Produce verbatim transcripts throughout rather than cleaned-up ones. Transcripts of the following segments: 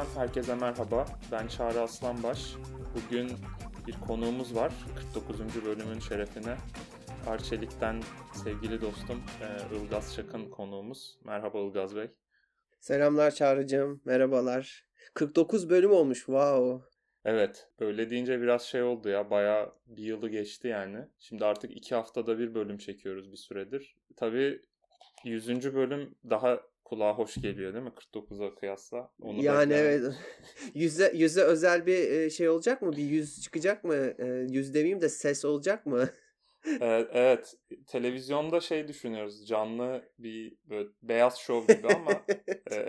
Podcast'ten herkese merhaba. Ben Çağrı Aslanbaş. Bugün bir konuğumuz var. kırk dokuzuncu bölümün şerefine. Arçelik'ten sevgili dostum Ilgaz Çakın konuğumuz. Merhaba Ilgaz Bey. Selamlar Çağrı'cığım. Merhabalar. kırk dokuz bölüm olmuş. Wow. Evet, böyle deyince biraz şey oldu ya. Bayağı bir yılı geçti yani. Şimdi artık iki haftada bir bölüm çekiyoruz bir süredir. Tabii yüzüncü bölüm daha kulağa hoş geliyor değil mi? kırk dokuza kıyasla. Onu Yani beklemedik. evet. Yüze, yüze özel bir şey olacak mı? Bir yüz çıkacak mı? Yüz demeyeyim de ses olacak mı? Evet, evet, televizyonda şey düşünüyoruz, canlı bir böyle beyaz şov gibi ama e,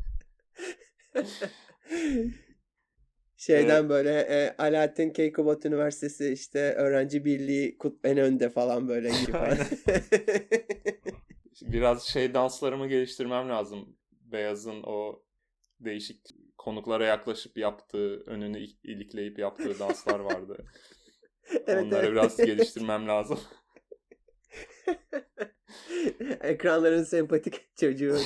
e, Şeyden böyle e, Alaaddin Keykubat Üniversitesi işte öğrenci birliği kut en önde falan böyle gibi falan. aynen, biraz şey danslarımı geliştirmem lazım. Beyaz'ın o değişik konuklara yaklaşıp yaptığı, önünü ilikleyip yaptığı danslar vardı. Evet, Onları evet. biraz geliştirmem lazım. Ekranların sempatik çocuğu.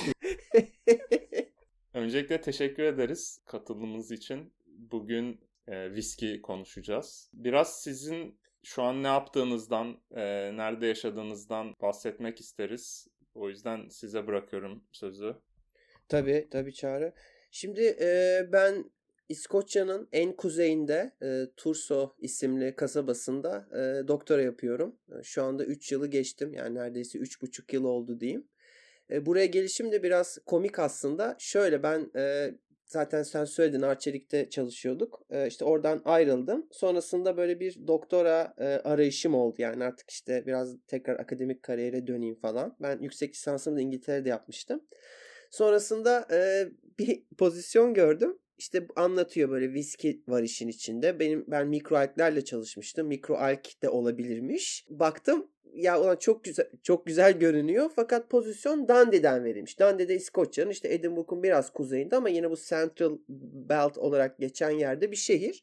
Öncelikle teşekkür ederiz katılımınız için. Bugün e, viski konuşacağız. Biraz sizin şu an ne yaptığınızdan, e, nerede yaşadığınızdan bahsetmek isteriz. O yüzden size bırakıyorum sözü. Tabii tabii Çağrı. Şimdi e, ben İskoçya'nın en kuzeyinde e, Turso isimli kasabasında e, doktora yapıyorum. E, Şu anda üç yılı geçtim. Yani neredeyse üç buçuk yıl oldu diyeyim. E, buraya gelişim de biraz komik aslında. Şöyle ben e, zaten sen söyledin Arçelik'te çalışıyorduk. E, işte oradan ayrıldım. Sonrasında böyle bir doktora e, arayışım oldu. Yani artık işte biraz tekrar akademik kariyere döneyim falan. Ben yüksek lisansımı da İngiltere'de yapmıştım. Sonrasında e, bir pozisyon gördüm. İşte anlatıyor böyle viski var işin içinde. Benim ben mikroalglerle çalışmıştım. Mikroalg de olabilirmiş. Baktım ya ulan çok güzel çok güzel görünüyor fakat pozisyon Dundee'den verilmiş. Dundee de İskoçya'nın işte Edinburgh'un biraz kuzeyinde ama yine bu Central Belt olarak geçen yerde bir şehir.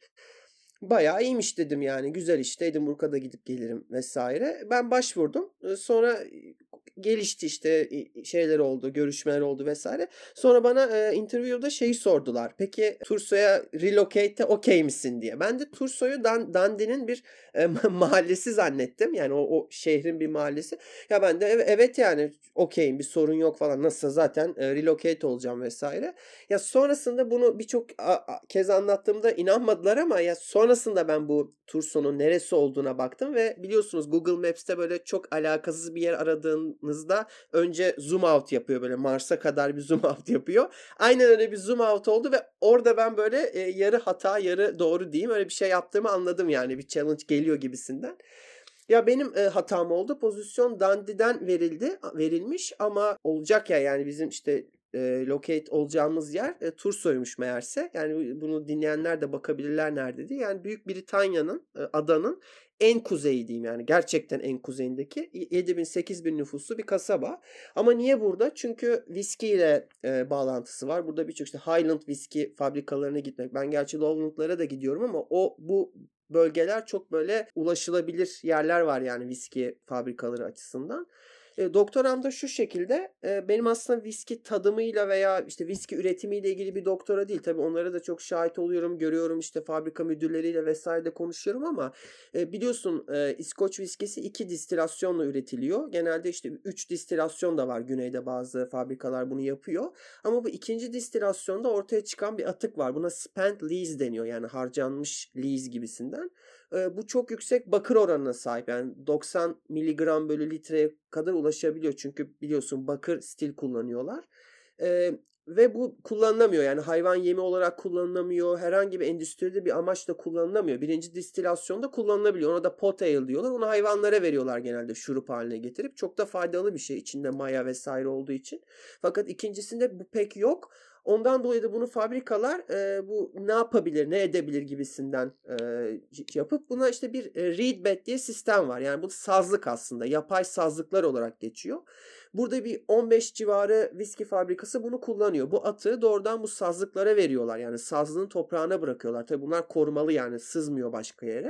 Bayağı iyiymiş dedim yani. Güzel işte Edinburgh'a da gidip gelirim vesaire. Ben başvurdum. Sonra gelişti işte şeyler oldu, görüşmeler oldu vesaire. Sonra bana e, interview'da şeyi sordular. Peki Turso'ya relocate'e okey misin diye. Ben de Turso'yu Dan Dundee'nin bir e, mahallesi zannettim. Yani o, o şehrin bir mahallesi. Ya ben de evet, evet yani okeyim bir sorun yok falan. Nasılsa zaten e, relocate olacağım vesaire. Ya sonrasında bunu birçok kez anlattığımda inanmadılar ama ya sonrasında ben bu Turso'nun neresi olduğuna baktım ve biliyorsunuz Google Maps'te böyle çok alakasız bir yer aradığınızda önce zoom out yapıyor, böyle Mars'a kadar bir zoom out yapıyor. Aynen öyle bir zoom out oldu ve orada ben böyle e, yarı hata yarı doğru diyeyim öyle bir şey yaptığımı anladım, yani bir challenge geliyor gibisinden. Ya benim e, hatam oldu. Pozisyon Dundee'den verildi, verilmiş ama olacak ya yani bizim işte e, locate olacağımız yer e, Turso'ymuş meğerse. Yani bunu dinleyenler de bakabilirler nerede diye. Yani Büyük Britanya'nın e, adanın en kuzeyi diyeyim, yani gerçekten en kuzeyindeki yedi bin sekiz bin nüfuslu bir kasaba. Ama niye burada? Çünkü viski ile e, bağlantısı var. Burada birçok işte Highland viski fabrikalarına gitmek. Ben gerçi Lowland'lara da gidiyorum ama o bu bölgeler çok böyle ulaşılabilir yerler var yani viski fabrikaları açısından. E, doktoram da şu şekilde, e, benim aslında viski tadımıyla veya işte viski üretimiyle ilgili bir doktora değil. Tabii onlara da çok şahit oluyorum, görüyorum, işte fabrika müdürleriyle vesaire de konuşuyorum ama e, biliyorsun e, İskoç viskisi iki distilasyonla üretiliyor. Genelde işte üç distilasyon da var, güneyde bazı fabrikalar bunu yapıyor. Ama bu ikinci distilasyonda ortaya çıkan bir atık var. Buna spent lees deniyor, yani harcanmış lees gibisinden. E, bu çok yüksek bakır oranına sahip. Yani doksan miligram bölü litreye kadar ulaşabiliyor. Çünkü biliyorsun bakır stil kullanıyorlar. E, ve bu kullanılamıyor. Yani hayvan yemi olarak kullanılamıyor. Herhangi bir endüstride bir amaçla kullanılamıyor. Birinci distilasyonda kullanılabiliyor. Ona da pot ale diyorlar. Onu hayvanlara veriyorlar genelde şurup haline getirip. Çok da faydalı bir şey, içinde maya vesaire olduğu için. Fakat ikincisinde bu pek yok. Ondan dolayı da bunu fabrikalar e, bu ne yapabilir, ne edebilir gibisinden e, yapıp buna işte bir e, reed bed diye sistem var. Yani bu sazlık aslında. Yapay sazlıklar olarak geçiyor. Burada bir on beş civarı viski fabrikası bunu kullanıyor. Bu atığı doğrudan bu sazlıklara veriyorlar. Yani sazlığın toprağına bırakıyorlar. Tabii bunlar korumalı, yani sızmıyor başka yere.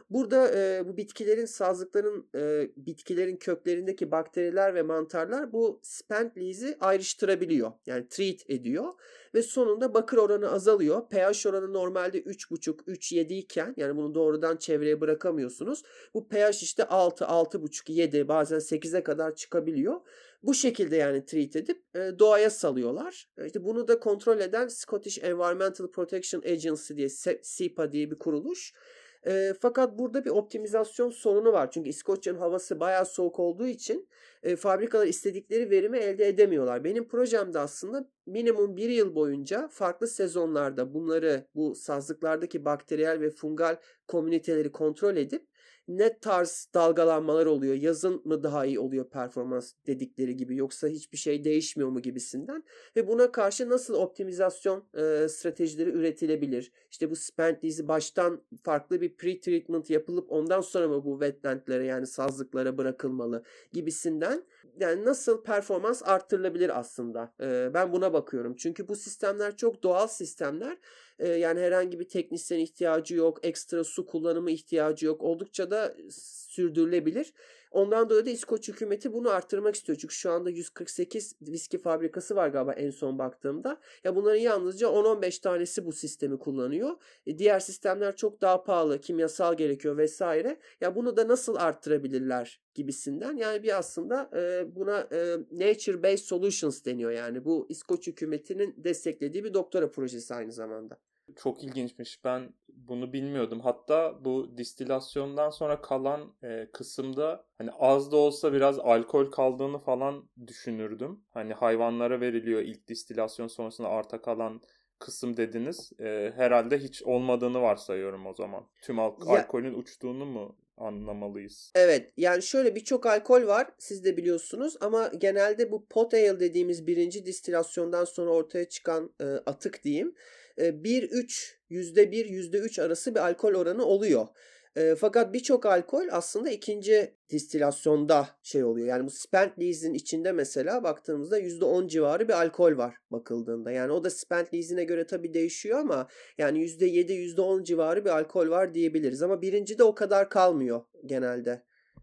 Burada e, bu bitkilerin, sazlıkların, e, bitkilerin köklerindeki bakteriler ve mantarlar bu spent lees'i ayrıştırabiliyor. Yani treat ediyor ve sonunda bakır oranı azalıyor. pH oranı normalde üç buçuk üç yedi iken, yani bunu doğrudan çevreye bırakamıyorsunuz. Bu pH işte altı altı buçuk yedi, bazen sekize kadar çıkabiliyor. Bu şekilde yani treat edip e, doğaya salıyorlar. İşte bunu da kontrol eden Scottish Environmental Protection Agency diye, S E P A diye bir kuruluş. E, fakat burada bir optimizasyon sorunu var. Çünkü İskoçya'nın havası bayağı soğuk olduğu için e, fabrikalar istedikleri verimi elde edemiyorlar. Benim projemde aslında minimum bir yıl boyunca farklı sezonlarda bunları, bu sazlıklardaki bakteriyel ve fungal komüniteleri kontrol edip ne tarz dalgalanmalar oluyor, yazın mı daha iyi oluyor performans dedikleri gibi, yoksa hiçbir şey değişmiyor mu gibisinden ve buna karşı nasıl optimizasyon e, stratejileri üretilebilir? İşte bu spent lees'i baştan farklı bir pre-treatment yapılıp ondan sonra mı bu wetlandlere, yani sazlıklara bırakılmalı gibisinden, yani nasıl performans arttırılabilir aslında? E, ben buna bakıyorum. Çünkü bu sistemler çok doğal sistemler. E, yani herhangi bir teknisyen ihtiyacı yok, ekstra su kullanımı ihtiyacı yok. Oldukça da sürdürülebilir. Ondan dolayı da İskoç hükümeti bunu arttırmak istiyor. Çünkü şu anda yüz kırk sekiz viski fabrikası var galiba en son baktığımda. Ya bunların yalnızca on on beş tanesi bu sistemi kullanıyor. E diğer sistemler çok daha pahalı, kimyasal gerekiyor vesaire. Ya bunu da nasıl arttırabilirler gibisinden. Yani bir aslında e, buna e, Nature Based Solutions deniyor yani. Bu İskoç hükümetinin desteklediği bir doktora projesi aynı zamanda. Çok ilginçmiş. Ben bunu bilmiyordum. Hatta bu distilasyondan sonra kalan e, kısımda hani az da olsa biraz alkol kaldığını falan düşünürdüm. Hani hayvanlara veriliyor ilk distilasyon sonrasında arta kalan kısım dediniz. E, herhalde hiç olmadığını varsayıyorum o zaman. Tüm al- Ya, alkolün uçtuğunu mu anlamalıyız? evet, yani şöyle birçok alkol var, siz de biliyorsunuz, ama genelde bu pot ale dediğimiz birinci distilasyondan sonra ortaya çıkan e, atık diyeyim, e, bir üç yüzde bir yüzde üç arası bir alkol oranı oluyor. E, fakat birçok alkol aslında ikinci distilasyonda şey oluyor. Yani bu spent lees'in içinde mesela baktığımızda yüzde on civarı bir alkol var bakıldığında. Yani o da spent lees'ine göre tabii değişiyor ama yani yüzde yedi yüzde on civarı bir alkol var diyebiliriz. Ama birincide o kadar kalmıyor genelde.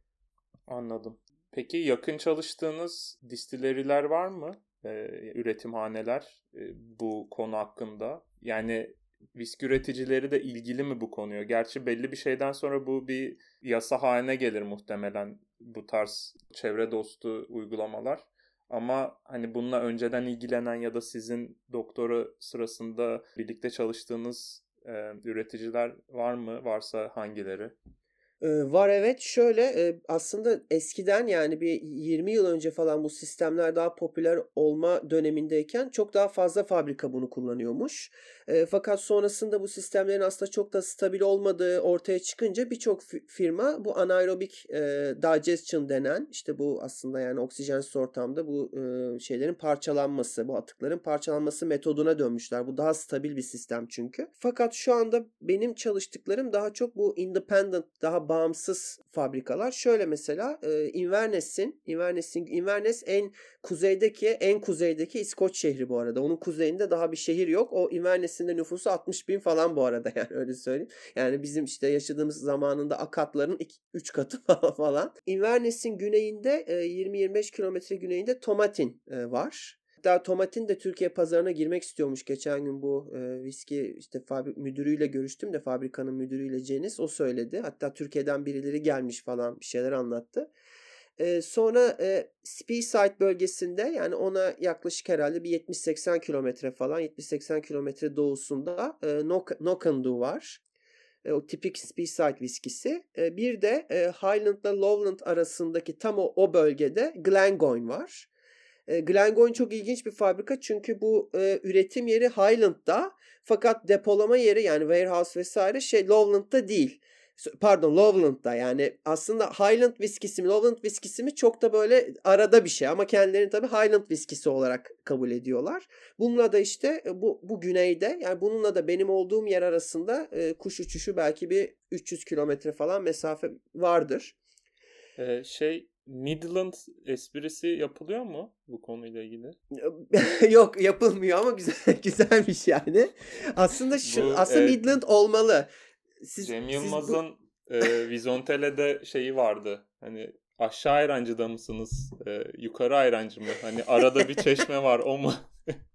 Anladım. Peki yakın çalıştığınız distilleriler var mı? Ee, üretimhaneler e, bu konu hakkında. Yani viski üreticileri de ilgili mi bu konuya? Gerçi belli bir şeyden sonra bu bir yasa haline gelir muhtemelen, bu tarz çevre dostu uygulamalar. Ama hani bununla önceden ilgilenen ya da sizin doktora sırasında birlikte çalıştığınız e, üreticiler var mı? Varsa hangileri? Ee, var, evet. Şöyle e, aslında eskiden, yani bir yirmi yıl önce falan, bu sistemler daha popüler olma dönemindeyken çok daha fazla fabrika bunu kullanıyormuş. E, fakat sonrasında bu sistemlerin aslında çok da stabil olmadığı ortaya çıkınca birçok fi- firma bu anaerobik e, digestion denen, işte bu aslında yani oksijensiz ortamda bu e, şeylerin parçalanması, bu atıkların parçalanması metoduna dönmüşler. Bu daha stabil bir sistem çünkü. Fakat şu anda benim çalıştıklarım daha çok bu independent, daha bağımsız fabrikalar. Şöyle mesela e, Inverness'in, Inverness'in, Inverness en kuzeydeki, en kuzeydeki İskoç şehri bu arada. Onun kuzeyinde daha bir şehir yok. O Inverness'in de nüfusu altmış bin falan bu arada, yani öyle söyleyeyim. Yani bizim işte yaşadığımız zamanında Akatların üç katı falan. Inverness'in güneyinde e, yirmi yirmi beş kilometre güneyinde Tomatin e, var. Hatta Tomatin de Türkiye pazarına girmek istiyormuş. Geçen gün bu e, viski işte fabrik müdürüyle görüştüm de, fabrikanın müdürüyle, Cenis, o söyledi. Hatta Türkiye'den birileri gelmiş falan, bir şeyler anlattı. E, sonra e, Speyside bölgesinde, yani ona yaklaşık herhalde bir yetmiş seksen kilometre falan, yetmiş seksen kilometre doğusunda e, Knockandoo var. E, o tipik Speyside viskisi. E, bir de e, Highland ile Lowland arasındaki tam o, o bölgede Glengoyne var. E, Glengoyne çok ilginç bir fabrika çünkü bu e, üretim yeri Highland'da, fakat depolama yeri, yani warehouse vesaire, şey Lowland'da değil. Pardon, Lowland'da. Yani aslında Highland viskisi mi Lowland viskisi mi çok da böyle arada bir şey, ama kendilerini tabii Highland viskisi olarak kabul ediyorlar. Bununla da işte bu, bu güneyde, yani bununla da benim olduğum yer arasında e, kuş uçuşu belki bir üç yüz kilometre falan mesafe vardır. Ee, şey Midland esprisi yapılıyor mu bu konuyla ilgili? Yok, yapılmıyor ama güzel güzelmiş yani. Aslında şu Bu aslında e, Midland olmalı. Siz Cem siz bu Yılmaz'ın e, Vizontele'de şeyi vardı. Hani aşağı ayrancıda mısınız? E, yukarı ayrancı mı? Hani arada bir çeşme var, o mu?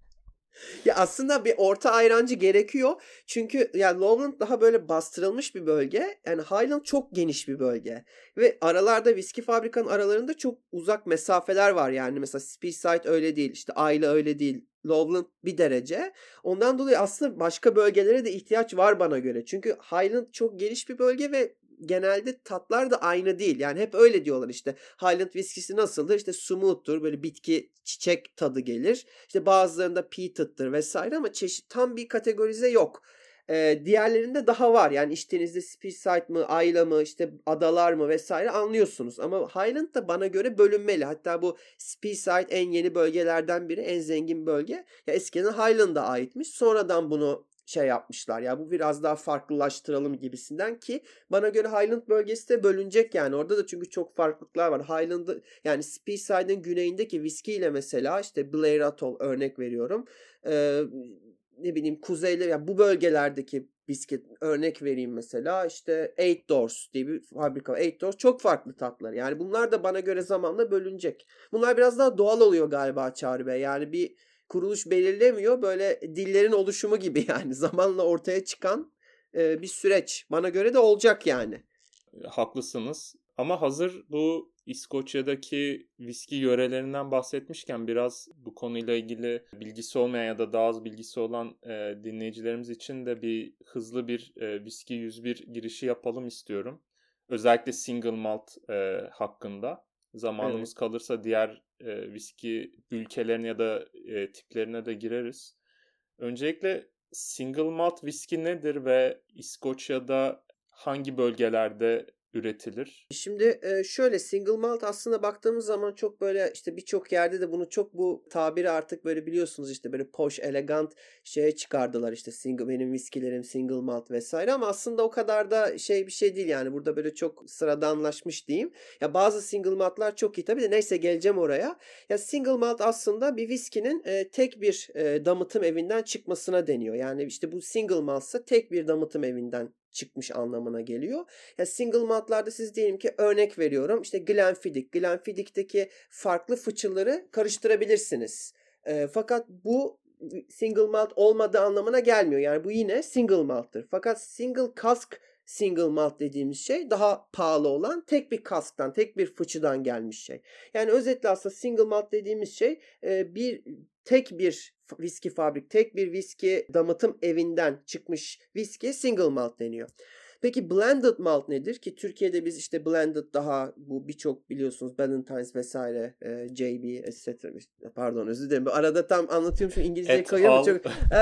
Ya aslında bir orta ayrancı gerekiyor. Çünkü yani Lowland daha böyle bastırılmış bir bölge. Yani Highland çok geniş bir bölge. Ve aralarda viski fabrikanın aralarında çok uzak mesafeler var. Yani mesela Speyside öyle değil. İşte Islay öyle değil. Lowland bir derece. Ondan dolayı aslında başka bölgelere de ihtiyaç var bana göre. Çünkü Highland çok geniş bir bölge ve genelde tatlar da aynı değil. Yani hep öyle diyorlar işte. Highland viskisi nasıldır? İşte smooth'tur. Böyle bitki, çiçek tadı gelir. İşte bazılarında peated'tır vesaire ama çeşit tam bir kategorize yok. Ee, diğerlerinde daha var. Yani içtiğinizde Speyside mı, Islay mı, işte adalar mı vesaire anlıyorsunuz. Ama Highland da bana göre bölünmeli. Hatta bu Speyside en yeni bölgelerden biri, en zengin bölge. Ya eskiden Highland'a aitmiş. Sonradan bunu şey yapmışlar. Ya bu biraz daha farklılaştıralım gibisinden ki bana göre Highland bölgesi de bölünecek yani. Orada da çünkü çok farklılıklar var. Highland'ı yani Speyside'ın güneyindeki viskiyle mesela işte Blair Atoll örnek veriyorum. Ee, ne bileyim kuzeyli yani bu bölgelerdeki viski örnek vereyim mesela işte Eight Doors diye bir fabrika var. Eight Doors çok farklı tatlar. Yani bunlar da bana göre zamanla bölünecek. Bunlar biraz daha doğal oluyor galiba Çağrı Bey. Yani bir kuruluş belirlemiyor. Böyle dillerin oluşumu gibi yani zamanla ortaya çıkan e, bir süreç. Bana göre de olacak yani. Haklısınız. Ama hazır bu İskoçya'daki viski yörelerinden bahsetmişken biraz bu konuyla ilgili bilgisi olmayan ya da daha az bilgisi olan e, dinleyicilerimiz için de bir hızlı bir e, viski yüz bir girişi yapalım istiyorum. Özellikle single malt e, hakkında. Zamanımız Evet. kalırsa diğer e, viski ülkelerine ya da e, tiplerine de gireriz. Öncelikle single malt viski nedir ve İskoçya'da hangi bölgelerde üretilir? Şimdi e, şöyle single malt aslında baktığımız zaman çok böyle işte birçok yerde de bunu çok bu tabiri artık böyle biliyorsunuz işte böyle posh, elegant şeye çıkardılar işte single benim viskilerim single malt vesaire ama aslında o kadar da şey bir şey değil yani burada böyle çok sıradanlaşmış diyeyim. Ya bazı single maltlar çok iyi tabii de neyse geleceğim oraya. Ya single malt aslında bir viskinin e, tek bir e, damıtım evinden çıkmasına deniyor. Yani işte bu single maltsa tek bir damıtım evinden çıkmış anlamına geliyor. Ya single malt'larda siz diyelim ki örnek veriyorum işte Glenfiddich. Glenfiddic'teki farklı fıçıları karıştırabilirsiniz. E, fakat bu single malt olmadığı anlamına gelmiyor. Yani bu yine single malt'tır. Fakat single cask single malt dediğimiz şey daha pahalı olan tek bir kasktan, tek bir fıçıdan gelmiş şey. Yani özetle aslında single malt dediğimiz şey e, bir tek bir viski fabrik, tek bir viski damıtım evinden çıkmış viski single malt deniyor. Peki blended malt nedir? Ki Türkiye'de biz işte blended daha bu birçok biliyorsunuz Ballantine's vesaire e, J B et cetera. Pardon özür dilerim. Arada tam anlatıyorum şu İngilizceyi Et kayıyorum. al. Çok,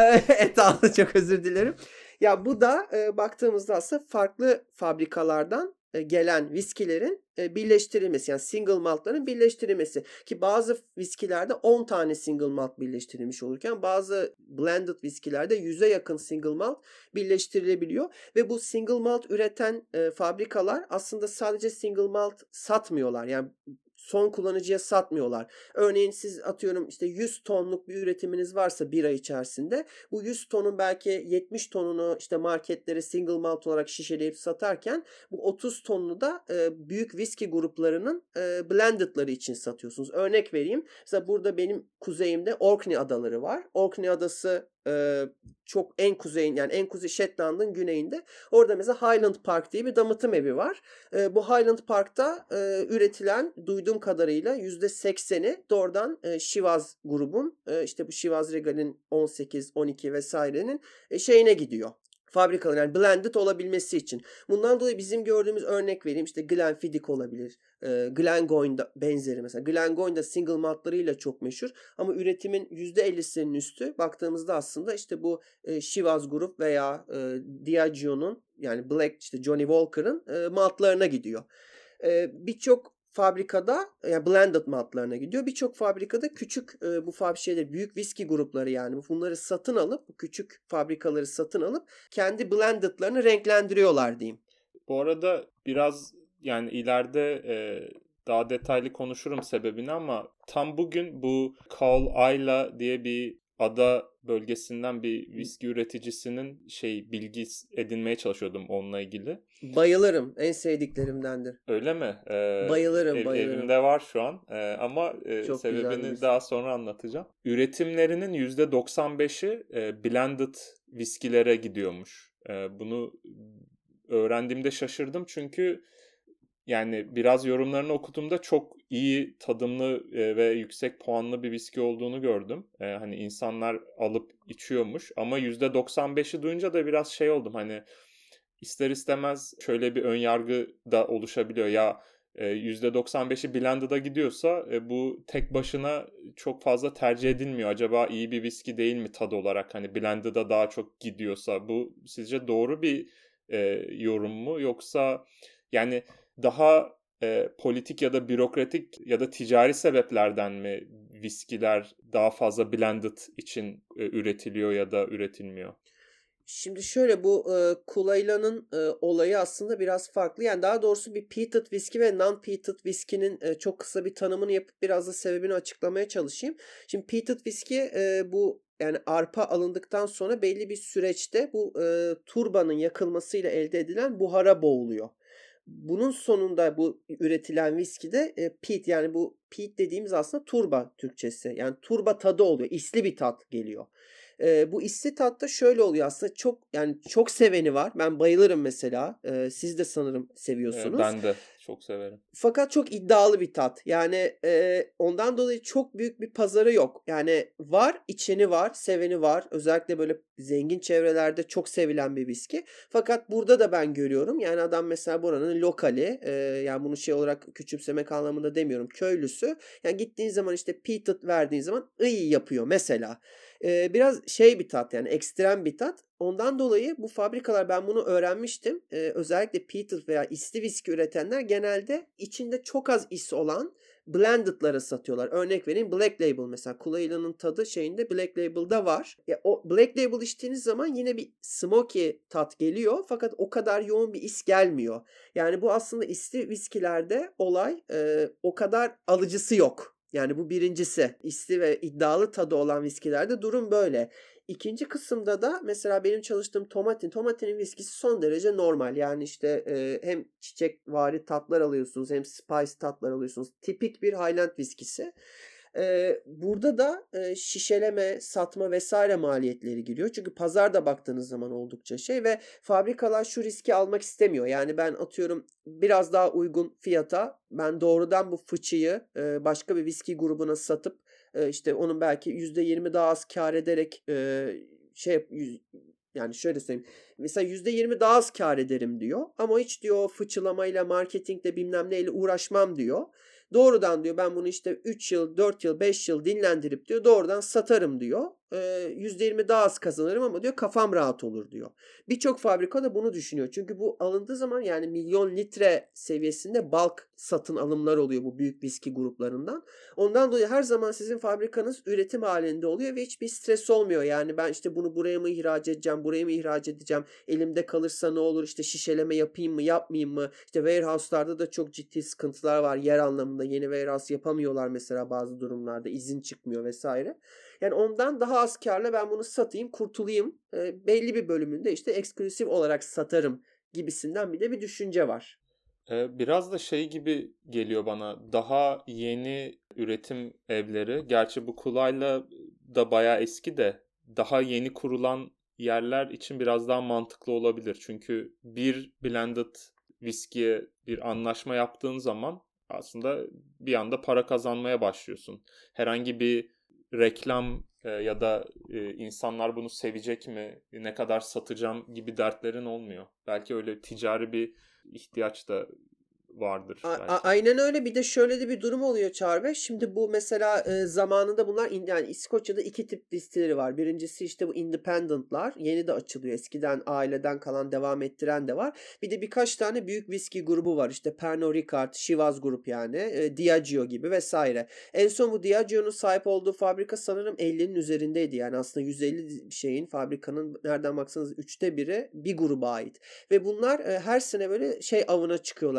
et aldı çok özür dilerim. Ya bu da e, baktığımızda aslında farklı fabrikalardan e, gelen viskilerin e, birleştirilmesi yani single maltların birleştirilmesi ki bazı viskilerde on tane single malt birleştirilmiş olurken bazı blended viskilerde yüze yakın single malt birleştirilebiliyor ve bu single malt üreten e, fabrikalar aslında sadece single malt satmıyorlar. Yani son kullanıcıya satmıyorlar. Örneğin siz atıyorum işte yüz tonluk bir üretiminiz varsa bir ay içerisinde bu yüz tonun belki yetmiş tonunu işte marketlere single malt olarak şişeleyip satarken bu otuz tonunu da e, büyük viski gruplarının e, blended'ları için satıyorsunuz. Örnek vereyim. Mesela burada benim kuzeyimde Orkney Adaları var. Orkney Adası e, çok en kuzeyin yani en kuzey Shetland'ın güneyinde. Orada mesela Highland Park diye bir damıtım evi var. E, bu Highland Park'ta e, üretilen duyduğum kadarıyla yüzde sekseni doğrudan e, Shiraz grubun e, işte bu Shiraz Regal'in on sekiz on iki vesairenin e, şeyine gidiyor. Fabrikalar yani blended olabilmesi için. Bundan dolayı bizim gördüğümüz örnek vereyim işte Glenfiddich olabilir. E, Glengoyne benzeri mesela. Glengoyne da single maltlarıyla çok meşhur ama üretimin yüzde ellisinin üstü baktığımızda aslında işte bu e, Shiraz grup veya e, Diageo'nun yani Black işte Johnny Walker'ın e, maltlarına gidiyor. E, Birçok fabrikada yani blended maltlarına gidiyor. Birçok fabrikada küçük e, bu fab şeyler büyük viski grupları yani bunları satın alıp bu küçük fabrikaları satın alıp kendi blended'larını renklendiriyorlar diyeyim. Bu arada biraz yani ileride e, daha detaylı konuşurum sebebini ama tam bugün bu Carl Ayla diye bir ada bölgesinden bir viski üreticisinin şey bilgi edinmeye çalışıyordum onunla ilgili. Bayılırım. En sevdiklerimdendir. Öyle mi? Ee, Bayılırım, ev, bayılırım. evimde var şu an ee, ama e, Çok güzel bir sebebini viski. daha sonra anlatacağım. Üretimlerinin yüzde doksan beşi e, blended viskilere gidiyormuş. E, bunu öğrendiğimde şaşırdım çünkü yani biraz yorumlarını okuduğumda çok iyi tadımlı e, ve yüksek puanlı bir viski olduğunu gördüm. E, hani insanlar alıp içiyormuş ama yüzde doksan beşi duyunca da biraz şey oldum hani ister istemez şöyle bir ön yargı da oluşabiliyor. Ya e, yüzde doksan beşi blended'a gidiyorsa e, bu tek başına çok fazla tercih edilmiyor. Acaba iyi bir viski değil mi tad olarak? Hani blended'a daha çok gidiyorsa bu sizce doğru bir e, yorum mu? Yoksa yani daha e, politik ya da bürokratik ya da ticari sebeplerden mi viskiler daha fazla blended için e, üretiliyor ya da üretilmiyor? Şimdi şöyle bu e, Kulayla'nın e, olayı aslında biraz farklı. Yani daha doğrusu bir peated whisky ve non-peated whisky'nin e, çok kısa bir tanımını yapıp biraz da sebebini açıklamaya çalışayım. Şimdi peated whisky e, bu yani arpa alındıktan sonra belli bir süreçte bu e, turbanın yakılmasıyla elde edilen buhara boğuluyor. Bunun sonunda bu üretilen viski de e, peat yani bu peat dediğimiz aslında turba Türkçesi. Yani turba tadı oluyor. İsli bir tat geliyor. E, bu isli tat da şöyle oluyor aslında çok yani çok seveni var. Ben bayılırım mesela. E, siz de sanırım E, seviyorsunuz. ben de çok severim. Fakat çok iddialı bir tat. Yani e, ondan dolayı çok büyük bir pazarı yok. Yani var, içeni var, seveni var. Özellikle böyle zengin çevrelerde çok sevilen bir viski. Fakat burada da ben görüyorum. Yani adam mesela buranın lokali. E, yani bunu şey olarak küçümsemek anlamında demiyorum. Köylüsü. Yani gittiğin zaman işte peated verdiğin zaman iyi yapıyor mesela. E, biraz şey bir tat yani ekstrem bir tat. Ondan dolayı bu fabrikalar ben bunu öğrenmiştim. Ee, özellikle peated veya isli viski üretenler genelde içinde çok az is olan blended'ları satıyorlar. Örnek vereyim Black Label mesela. Kulayla'nın tadı şeyinde Black Label'da var. Ya, o Black Label içtiğiniz zaman yine bir smoky tat geliyor. Fakat o kadar yoğun bir is gelmiyor. Yani bu aslında isli viskilerde olay e, o kadar alıcısı yok. Yani bu birincisi. İsli ve iddialı tadı olan viskilerde durum böyle. İkinci kısımda da mesela benim çalıştığım Tomatin. Tomatin'in viskisi son derece normal. Yani işte e, hem çiçekvari tatlar alıyorsunuz hem spice tatlar alıyorsunuz. Tipik bir Highland viskisi. E, burada da e, şişeleme, satma vesaire maliyetleri giriyor. Çünkü pazarda baktığınız zaman oldukça şey ve fabrikalar şu riski almak istemiyor. Yani ben atıyorum biraz daha uygun fiyata ben doğrudan bu fıçıyı e, başka bir viski grubuna satıp e, işte onun belki yüzde yirmi daha az kar ederek e, şey yani şöyle söyleyeyim. Mesela yüzde yirmi daha az kar ederim diyor. Ama hiç diyor fıçılamayla, marketingle bilmem neyle uğraşmam diyor. Doğrudan diyor ben bunu işte üç yıl, dört yıl, beş yıl dinlendirip diyor doğrudan satarım diyor. Ee, yüzde yirmi daha az kazanırım ama diyor kafam rahat olur diyor. Birçok fabrika da bunu düşünüyor. Çünkü bu alındığı zaman yani milyon litre seviyesinde bulk satın alımlar oluyor bu büyük viski gruplarından. Ondan dolayı her zaman sizin fabrikanız üretim halinde oluyor ve hiçbir stres olmuyor. Yani ben işte bunu buraya mı ihraç edeceğim, buraya mı ihraç edeceğim, elimde kalırsa ne olur, işte şişeleme yapayım mı, yapmayayım mı? İşte warehouse'larda da çok ciddi sıkıntılar var yer anlamında. Yeni warehouse yapamıyorlar mesela bazı durumlarda, izin çıkmıyor vesaire. Yani ondan daha az karla ben bunu satayım, kurtulayım. E, belli bir bölümünde işte eksklusif olarak satarım gibisinden bir de bir düşünce var. Ee, Biraz da şey gibi geliyor bana. Daha yeni üretim evleri. Gerçi bu Kulay'la da bayağı eski de daha yeni kurulan yerler için biraz daha mantıklı olabilir. Çünkü bir blended viskiye bir anlaşma yaptığın zaman aslında bir anda para kazanmaya başlıyorsun. Herhangi bir reklam e, ya da e, insanlar bunu sevecek mi, ne kadar satacağım gibi dertlerin olmuyor. Belki öyle ticari bir ihtiyaç da vardır A- a- belki. aynen öyle. Bir de şöyle de bir durum oluyor Çağrı Bey. Şimdi bu mesela e, zamanında bunlar in- yani İskoçya'da iki tip distileri var. Birincisi işte bu independentlar. Yeni de açılıyor. Eskiden aileden kalan devam ettiren de var. Bir de birkaç tane büyük viski grubu var. İşte Pernod Ricard, Chivas Grup yani. E, Diageo gibi vesaire. En son bu Diageo'nun sahip olduğu fabrika sanırım ellinin üzerindeydi. Yani aslında yüz elli şeyin fabrikanın nereden baksanız üçte biri bir gruba ait. Ve bunlar e, her sene böyle şey avına çıkıyorlar. Küçük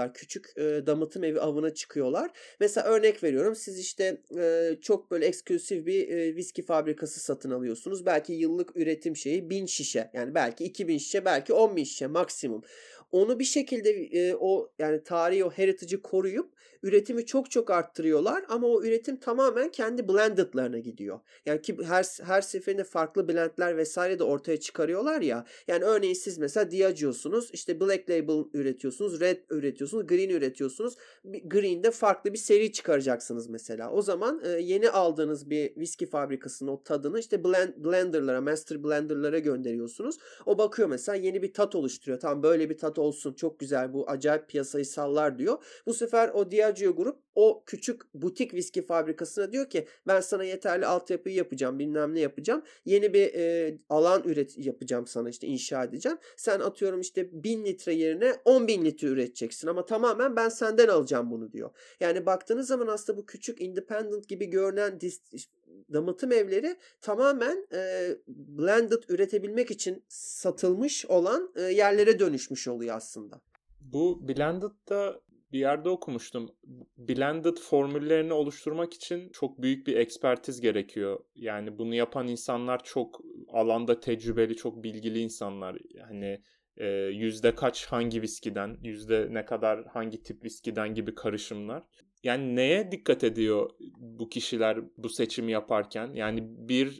küçük e, damıtım evi avına çıkıyorlar. Mesela örnek veriyorum, siz işte e, çok böyle eksklusif bir e, viski fabrikası satın alıyorsunuz. Belki yıllık üretim şeyi bin şişe, yani belki iki bin şişe, belki on bin şişe maksimum. Onu bir şekilde e, o yani tarihi, o heritage'ı koruyup üretimi çok çok arttırıyorlar ama o üretim tamamen kendi blended'larına gidiyor. Yani ki her her seferinde farklı blendler vesaire de ortaya çıkarıyorlar ya. Yani örneğin siz mesela Diageo'sunuz, işte Black Label üretiyorsunuz, Red üretiyorsunuz, Green üretiyorsunuz. Green'de farklı bir seri çıkaracaksınız mesela. O zaman e, yeni aldığınız bir viski fabrikasının o tadını işte blend, blenderlara, master blenderlara gönderiyorsunuz. O bakıyor mesela, yeni bir tat oluşturuyor. Tamam, böyle bir tat olsun, çok güzel, bu acayip piyasayı sallar diyor. Bu sefer o Diageo grup o küçük butik viski fabrikasına diyor ki ben sana yeterli altyapıyı yapacağım, bilmem ne yapacağım. Yeni bir e, alan üret yapacağım sana, işte inşa edeceğim. Sen atıyorum işte bin litre yerine on bin litre üreteceksin ama tamamen ben senden alacağım bunu diyor. Yani baktığınız zaman aslında bu küçük independent gibi görünen dis- damıtım evleri tamamen e, blended üretebilmek için satılmış olan e, yerlere dönüşmüş oluyor aslında. Bu blended'da bir yerde okumuştum. Blended formüllerini oluşturmak için çok büyük bir ekspertiz gerekiyor. Yani bunu yapan insanlar çok alanda tecrübeli, çok bilgili insanlar. Hani e, yüzde kaç hangi viskiden, yüzde ne kadar hangi tip viskiden gibi karışımlar. Yani neye dikkat ediyor bu kişiler bu seçimi yaparken? Yani bir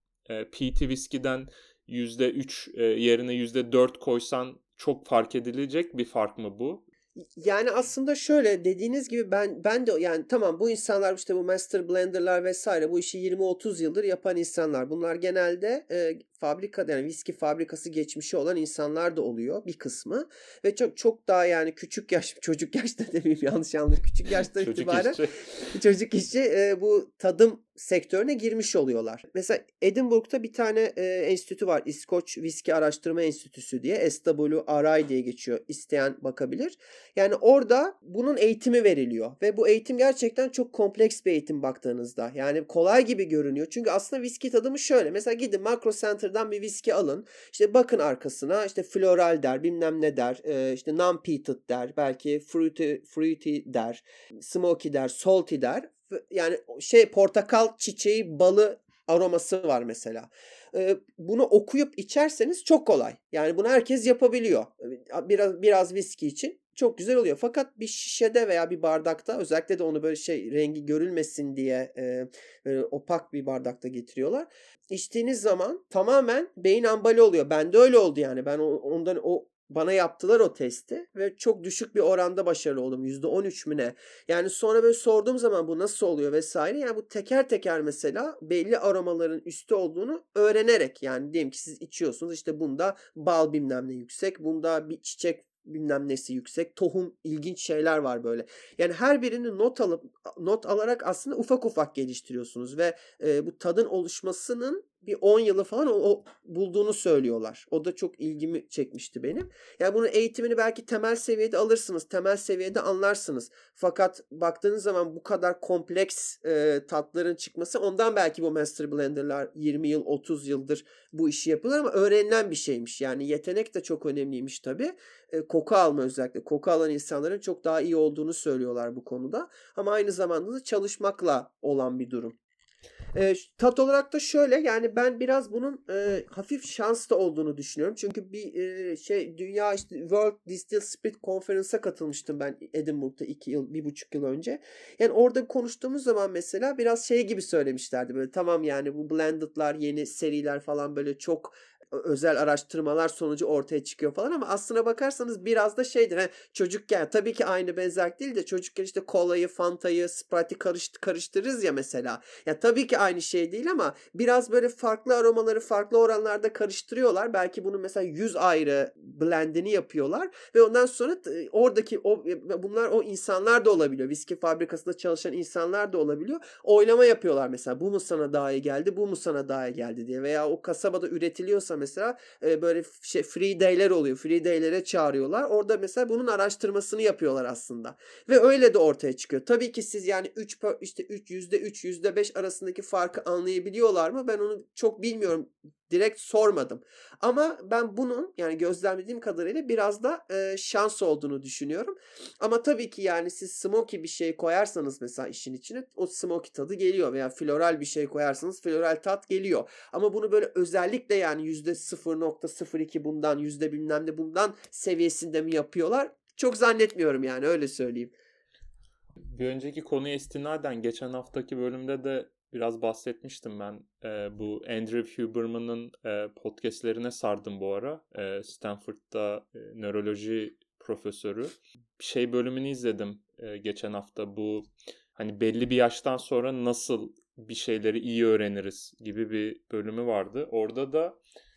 e, P T viskiden yüzde üç e, yerine yüzde dört koysan çok fark edilecek bir fark mı bu? Yani aslında şöyle, dediğiniz gibi ben ben de yani tamam, bu insanlar işte bu master blenderlar vesaire bu işi yirmi otuz yıldır yapan insanlar. Bunlar genelde e, fabrika, yani viski fabrikası geçmişi olan insanlar da oluyor bir kısmı ve çok çok daha yani küçük yaş, çocuk yaşta demeyeyim, yanlış yanlış küçük yaştan Çocuk itibaren işçi. çocuk işçi e, bu tadım sektörüne girmiş oluyorlar. Mesela Edinburgh'da bir tane e, enstitü var, İskoç Viski Araştırma Enstitüsü diye, S W R I diye geçiyor. İsteyen bakabilir. Yani orada bunun eğitimi veriliyor ve bu eğitim gerçekten çok kompleks bir eğitim baktığınızda. Yani kolay gibi görünüyor. Çünkü aslında viski tadımı şöyle. Mesela gidin Makro Center'dan bir viski alın. İşte bakın arkasına, işte floral der, bilmem ne der, e, işte non-peated der, belki fruity, fruity der, smoky der, salty der. Yani şey, portakal çiçeği balı aroması var mesela. Ee, bunu okuyup içerseniz çok kolay. Yani bunu herkes yapabiliyor. Biraz biraz viski için çok güzel oluyor. Fakat bir şişede veya bir bardakta, özellikle de onu böyle şey, rengi görülmesin diye e, böyle opak bir bardakta getiriyorlar. İçtiğiniz zaman tamamen beyin ambali oluyor. Bende öyle oldu yani. Ben ondan o bana yaptılar o testi ve çok düşük bir oranda başarılı oldum. yüzde on üç mü ne? Yani sonra böyle sorduğum zaman bu nasıl oluyor vesaire. Yani bu teker teker mesela belli aromaların üstü olduğunu öğrenerek, yani diyelim ki siz içiyorsunuz, işte bunda bal bilmem ne yüksek, bunda bir çiçek bilmem nesi yüksek, tohum, ilginç şeyler var böyle. Yani her birini not alıp not alarak aslında ufak ufak geliştiriyorsunuz ve e, bu tadın oluşmasının bir on yılı falan o, o bulduğunu söylüyorlar. O da çok ilgimi çekmişti benim. Yani bunun eğitimini belki temel seviyede alırsınız, temel seviyede anlarsınız. Fakat baktığınız zaman bu kadar kompleks e, tatların çıkması, ondan belki bu master blenderlar yirmi yıl, otuz yıldır bu işi yapıyorlar ama öğrenilen bir şeymiş. Yani yetenek de çok önemliymiş tabii. E, koku alma, özellikle koku alan insanların çok daha iyi olduğunu söylüyorlar bu konuda. Ama aynı zamanda da çalışmakla olan bir durum. E, tat olarak da şöyle, yani ben biraz bunun e, hafif şans da olduğunu düşünüyorum. Çünkü bir e, şey, dünya işte World Distill Spirit Conference'a katılmıştım ben Edinburgh'da iki yıl, bir buçuk yıl önce. Yani orada konuştuğumuz zaman mesela biraz şey gibi söylemişlerdi, böyle tamam yani bu blended'lar, yeni seriler falan böyle çok özel araştırmalar sonucu ortaya çıkıyor falan ama aslına bakarsanız biraz da şeydir. He, çocukken tabii ki aynı benzerlik değil de çocukken işte kolayı, fantayı, sprite'i karışt- karıştırırız ya mesela. Ya tabii ki aynı şey değil ama biraz böyle farklı aromaları farklı oranlarda karıştırıyorlar. Belki bunun mesela yüz ayrı blendini yapıyorlar ve ondan sonra oradaki o, bunlar o insanlar da olabiliyor. Viski fabrikasında çalışan insanlar da olabiliyor. Oylama yapıyorlar mesela, bu mu sana daha iyi geldi, bu mu sana daha iyi geldi diye, veya o kasabada üretiliyorsa mesela e, böyle şey, free day'ler oluyor. Free day'lere çağırıyorlar. Orada mesela bunun araştırmasını yapıyorlar aslında. Ve öyle de ortaya çıkıyor. Tabii ki siz yani üç işte üç yüzde üç yüzde beş arasındaki farkı anlayabiliyorlar mı? Ben onu çok bilmiyorum. direkt sormadım. Ama ben bunun yani gözlemlediğim kadarıyla biraz da e, şans olduğunu düşünüyorum. Ama tabii ki yani siz smoky bir şey koyarsanız mesela işin içine o smoky tadı geliyor veya floral bir şey koyarsanız floral tat geliyor. Ama bunu böyle özellikle yani yüzde sıfır nokta sıfır iki bundan yüzde bilmem ne bundan seviyesinde mi yapıyorlar? Çok zannetmiyorum yani öyle söyleyeyim. Bir önceki konuya istinaden geçen haftaki bölümde de biraz bahsetmiştim ben. Ee, bu Andrew Huberman'ın e, podcastlerine sardım bu ara. E, Stanford'da e, nöroloji profesörü. Bir şey bölümünü izledim e, geçen hafta. Bu hani belli bir yaştan sonra nasıl bir şeyleri iyi öğreniriz gibi bir bölümü vardı. Orada da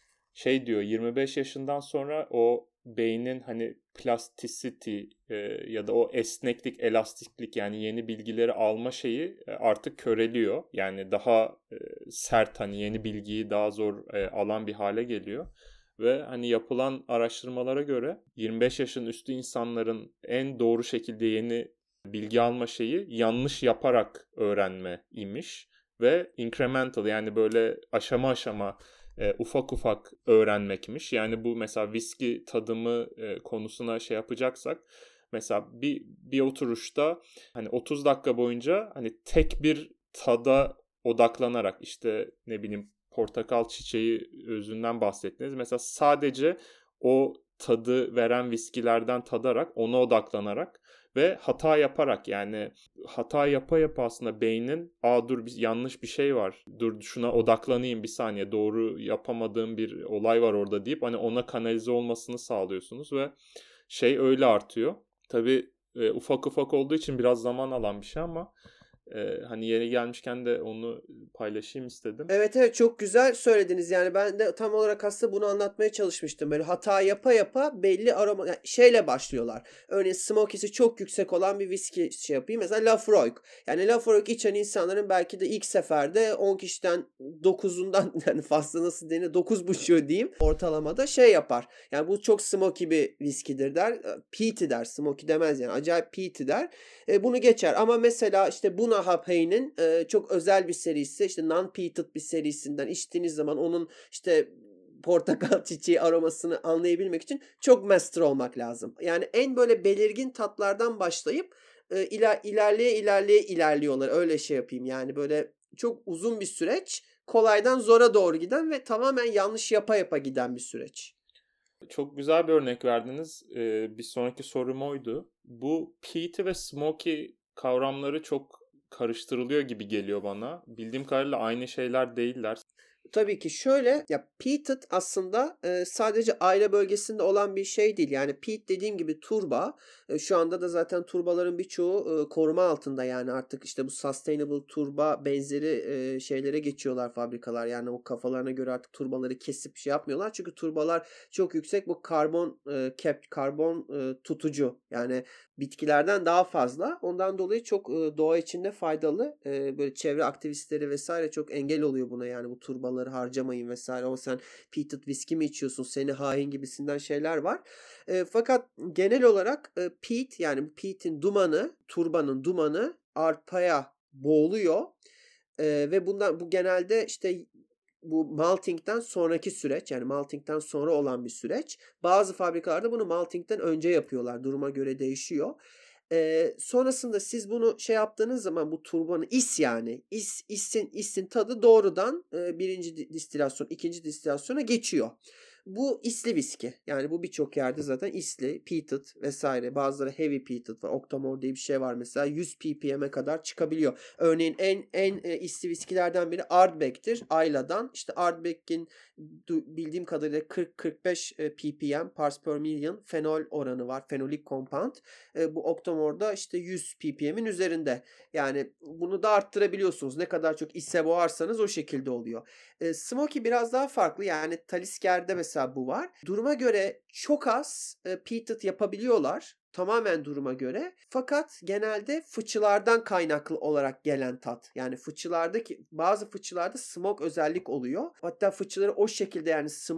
şey diyor, yirmi beş yaşından sonra o beynin hani plasticity e, ya da o esneklik, elastiklik yani yeni bilgileri alma şeyi e, artık köreliyor. Yani daha e, sert hani yeni bilgiyi daha zor e, alan bir hale geliyor. Ve hani yapılan araştırmalara göre yirmi beş yaşın üstü insanların en doğru şekilde yeni bilgi alma şeyi yanlış yaparak öğrenme imiş. Ve incremental yani böyle aşama aşama e, ufak ufak öğrenmekmiş. Yani bu mesela viski tadımı e, konusuna şey yapacaksak mesela bir bir oturuşta hani otuz dakika boyunca hani tek bir tada odaklanarak işte ne bileyim portakal çiçeği özünden bahsettiniz. Mesela sadece o tadı veren viskilerden tadarak ona odaklanarak ve hata yaparak yani hata yapa yapa aslında beynin aa dur bir, yanlış bir şey var. Dur şuna odaklanayım bir saniye doğru yapamadığım bir olay var orada deyip hani ona kanalize olmasını sağlıyorsunuz ve şey öyle artıyor. Tabii e, ufak ufak olduğu için biraz zaman alan bir şey ama e, hani yeri gelmişken de onu paylaşayım istedim. Evet evet çok güzel söylediniz yani ben de tam olarak aslında bunu anlatmaya çalışmıştım. Böyle hata yapa yapa belli aroma yani şeyle başlıyorlar. Örneğin smoky'si çok yüksek olan bir viski şey yapayım. Mesela Lafroig. Yani Lafroig içen insanların belki de ilk seferde on kişiden dokuzundan yani fazla nasıl denir dokuz buçuğu diyeyim ortalamada şey yapar. Yani bu çok smoky bir viskidir der. Peaty der. Smoky demez yani. Acayip peaty der. E, bunu geçer ama mesela işte Buna Hapei'nin e, çok özel bir serisi işte non-peated bir serisinden içtiğiniz zaman onun işte portakal çiçeği aromasını anlayabilmek için çok master olmak lazım. Yani en böyle belirgin tatlardan başlayıp e, iler, ilerleye ilerleye ilerliyorlar. Öyle şey yapayım yani böyle çok uzun bir süreç. Kolaydan zora doğru giden ve tamamen yanlış yapa yapa giden bir süreç. Çok güzel bir örnek verdiniz. Ee, bir sonraki sorum oydu. Bu peaty ve smoky kavramları çok karıştırılıyor gibi geliyor bana. Bildiğim kadarıyla aynı şeyler değiller. Tabii ki şöyle ya peated aslında e, sadece aile bölgesinde olan bir şey değil. Yani peat dediğim gibi turba. E, şu anda da zaten turbaların birçoğu e, koruma altında yani artık işte bu sustainable turba benzeri e, şeylere geçiyorlar fabrikalar. Yani o kafalarına göre artık turbaları kesip şey yapmıyorlar. Çünkü turbalar çok yüksek bu karbon e, cap karbon e, tutucu. Yani bitkilerden daha fazla. Ondan dolayı çok e, doğa içinde faydalı. E, böyle çevre aktivistleri vesaire çok engel oluyor buna yani bu turbaları harcamayın vesaire. O sen peated viski mi içiyorsun? Seni hain gibisinden şeyler var. E, fakat genel olarak e, peat yani bu peat'in dumanı, turbanın dumanı arpaya boğuluyor. E, ve bundan bu genelde işte bu malting'den sonraki süreç yani malting'den sonra olan bir süreç. Bazı fabrikalarda bunu malting'den önce yapıyorlar. Duruma göre değişiyor. Ee, sonrasında siz bunu şey yaptığınız zaman bu turbanı is yani is, isin, isin tadı doğrudan e, birinci distilasyon, ikinci distilasyona geçiyor. Bu isli viski. Yani bu birçok yerde zaten isli, peated vesaire. Bazıları heavy peated var. Octomore diye bir şey var mesela. yüz ppm'e kadar çıkabiliyor. Örneğin en en e, isli viskilerden biri Ardbeg'tir. Isla'dan. İşte Ardbeg'in bildiğim kadarıyla kırk kırk beş ppm parts per million fenol oranı var. Fenolik compound. E, bu Octomore'da işte yüz ppm'in üzerinde. Yani bunu da arttırabiliyorsunuz. Ne kadar çok ise boğarsanız o şekilde oluyor. E, Smoky biraz daha farklı. Yani Talisker'de mesela bu var. Duruma göre çok az e, peated yapabiliyorlar. Tamamen duruma göre. Fakat genelde fıçılardan kaynaklı olarak gelen tat. Yani fıçılardaki bazı fıçılarda smoke özellik oluyor. Hatta fıçıları o şekilde yani smoke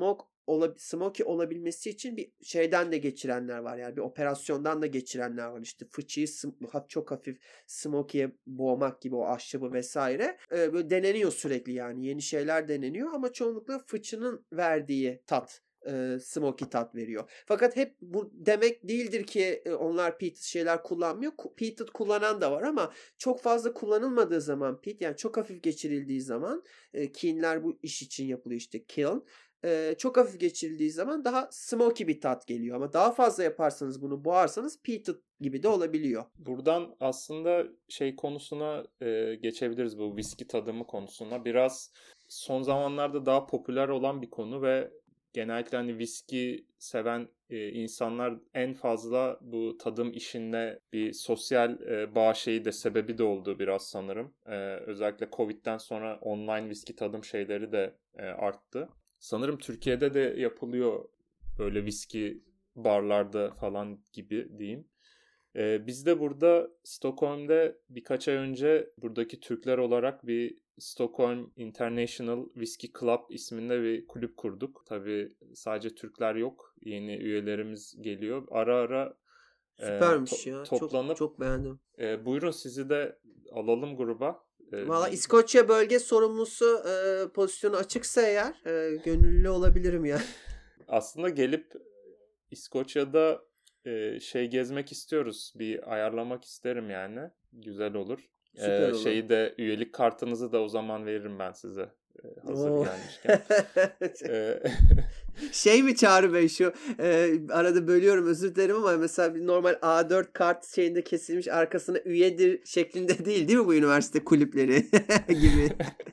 ola, smoky olabilmesi için bir şeyden de geçirenler var. Yani bir operasyondan da geçirenler var. İşte fıçıyı sm- çok hafif smoky'ye boğmak gibi o ahşabı vesaire. Ee, böyle deneniyor sürekli yani. Yeni şeyler deneniyor ama çoğunlukla fıçının verdiği tat e, smoky tat veriyor. Fakat hep bu demek değildir ki e, onlar peated şeyler kullanmıyor. Peated kullanan da var ama çok fazla kullanılmadığı zaman peat yani çok hafif geçirildiği zaman e, kilnler bu iş için yapılıyor işte kiln. E, çok hafif geçirildiği zaman daha smoky bir tat geliyor ama daha fazla yaparsanız bunu boğarsanız peated gibi de olabiliyor. Buradan aslında şey konusuna e, geçebiliriz, bu viski tadımı konusuna. Biraz son zamanlarda daha popüler olan bir konu ve genellikle hani viski seven e, insanlar en fazla bu tadım işinde bir sosyal e, bağ şeyi de sebebi de oldu biraz sanırım. E, özellikle Covid'den sonra online viski tadım şeyleri de e, arttı. Sanırım Türkiye'de de yapılıyor böyle viski barlarda falan gibi diyeyim. Ee, biz de burada Stockholm'de birkaç ay önce buradaki Türkler olarak bir Stockholm International Whiskey Club isminde bir kulüp kurduk. Tabii sadece Türkler yok. Yeni üyelerimiz geliyor. Ara ara e, Süpermiş to- ya. Çok toplanıp çok beğendim. e, buyurun sizi de alalım gruba. E, Valla bir, İskoçya bölge sorumlusu e, pozisyonu açıksa eğer e, gönüllü olabilirim ya. aslında gelip İskoçya'da e, şey gezmek istiyoruz. Bir ayarlamak isterim yani. Güzel olur. Süper E, olur. şeyi de üyelik kartınızı da o zaman veririm ben size. E, hazır Oo. gelmişken. E, Şey mi Çağrı Bey şu e, arada bölüyorum özür dilerim ama mesela bir normal A dört kart şeyinde kesilmiş arkasına üyedir şeklinde değil değil mi bu üniversite kulüpleri gibi?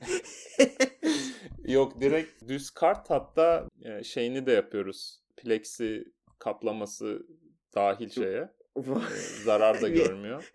Yok, direkt düz kart, hatta e, şeyini de yapıyoruz. Plexi kaplaması dahil şeye. E, zarar da görmüyor.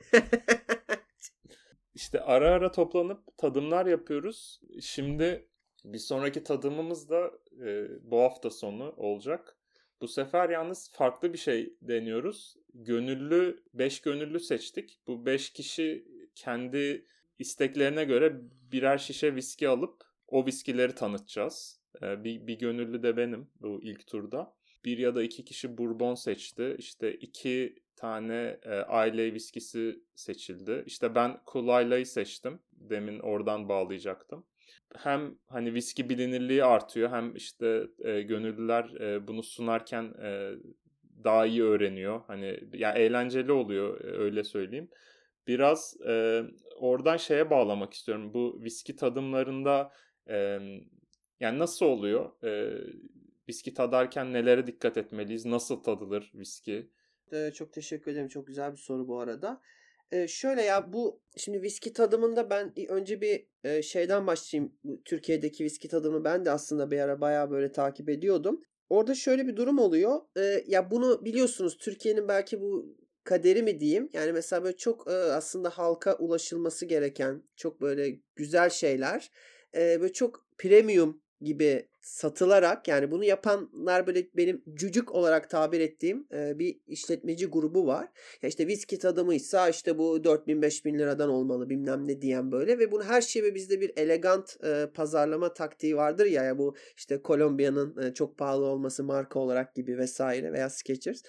İşte ara ara toplanıp tadımlar yapıyoruz. Şimdi bir sonraki tadımımız da e, bu hafta sonu olacak. Bu sefer yalnız farklı bir şey deniyoruz. Gönüllü, beş gönüllü seçtik. Bu beş kişi kendi isteklerine göre birer şişe viski alıp o viskileri tanıtacağız. E, bir, bir gönüllü de benim bu ilk turda. Bir ya da iki kişi bourbon seçti. İşte iki tane e, aile viskisi seçildi. İşte ben Kulayla'yı seçtim. Demin oradan bağlayacaktım. Hem hani viski bilinirliği artıyor, hem işte e, gönüllüler e, bunu sunarken e, daha iyi öğreniyor. Hani yani eğlenceli oluyor, e, öyle söyleyeyim. Biraz e, oradan şeye bağlamak istiyorum. Bu viski tadımlarında e, yani nasıl oluyor? E, viski tadarken nelere dikkat etmeliyiz? Nasıl tadılır viski? Ee, çok teşekkür ederim. Çok güzel bir soru bu arada. Ee, şöyle ya bu şimdi viski tadımında ben önce bir e, şeyden başlayayım. Bu Türkiye'deki viski tadımını ben de aslında bir ara bayağı böyle takip ediyordum. Orada şöyle bir durum oluyor. Ee, ya bunu biliyorsunuz Türkiye'nin belki bu kaderi mi diyeyim. Yani mesela böyle çok e, aslında halka ulaşılması gereken çok böyle güzel şeyler. E, böyle çok premium gibi satılarak yani bunu yapanlar böyle benim cücük olarak tabir ettiğim e, bir işletmeci grubu var. Ya işte viski tadımıysa işte bu dört bin beş bin liradan olmalı bilmem ne diyen böyle ve bunu her şey ve bizde bir elegant e, pazarlama taktiği vardır ya ya bu işte Kolombiya'nın e, çok pahalı olması marka olarak gibi vesaire veya Skechers.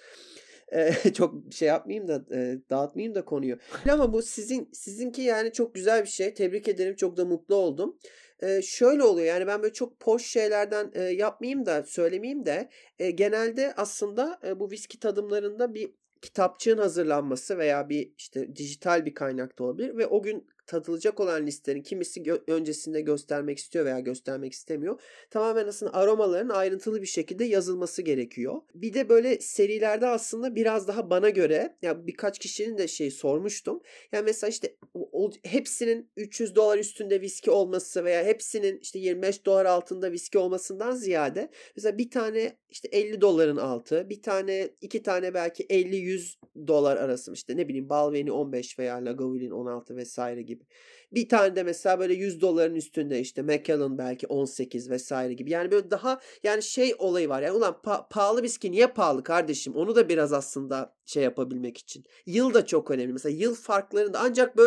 E, çok şey yapmayayım da e, dağıtmayayım da konuyu. Ama bu sizin sizinki yani çok güzel bir şey. Tebrik ederim. Çok da mutlu oldum. Ee, şöyle oluyor yani ben böyle çok poş şeylerden e, yapmayayım da söylemeyeyim de e, genelde aslında e, bu viski tadımlarında bir kitapçığın hazırlanması veya bir işte dijital bir kaynak da olabilir ve o gün tadılacak olan listenin kimisi gö- öncesinde göstermek istiyor veya göstermek istemiyor. Tamamen aslında aromaların ayrıntılı bir şekilde yazılması gerekiyor. Bir de böyle serilerde aslında biraz daha bana göre ya birkaç kişinin de şey sormuştum. Yani mesela işte o, o- hepsinin üç yüz dolar üstünde viski olması veya hepsinin işte yirmi beş dolar altında viski olmasından ziyade mesela bir tane işte elli doların altı, bir tane iki tane belki elli yüz dolar arası işte ne bileyim Balvenie on beş veya Lagavulin on altı vesaire gibi. Bir tane de mesela böyle yüz doların üstünde işte Macallan belki on sekiz vesaire gibi. Yani böyle daha yani şey olayı var. Yani ulan pa- pahalı viski niye pahalı kardeşim? Onu da biraz aslında şey yapabilmek için. Yıl da çok önemli. Mesela yıl farklarında ancak böyle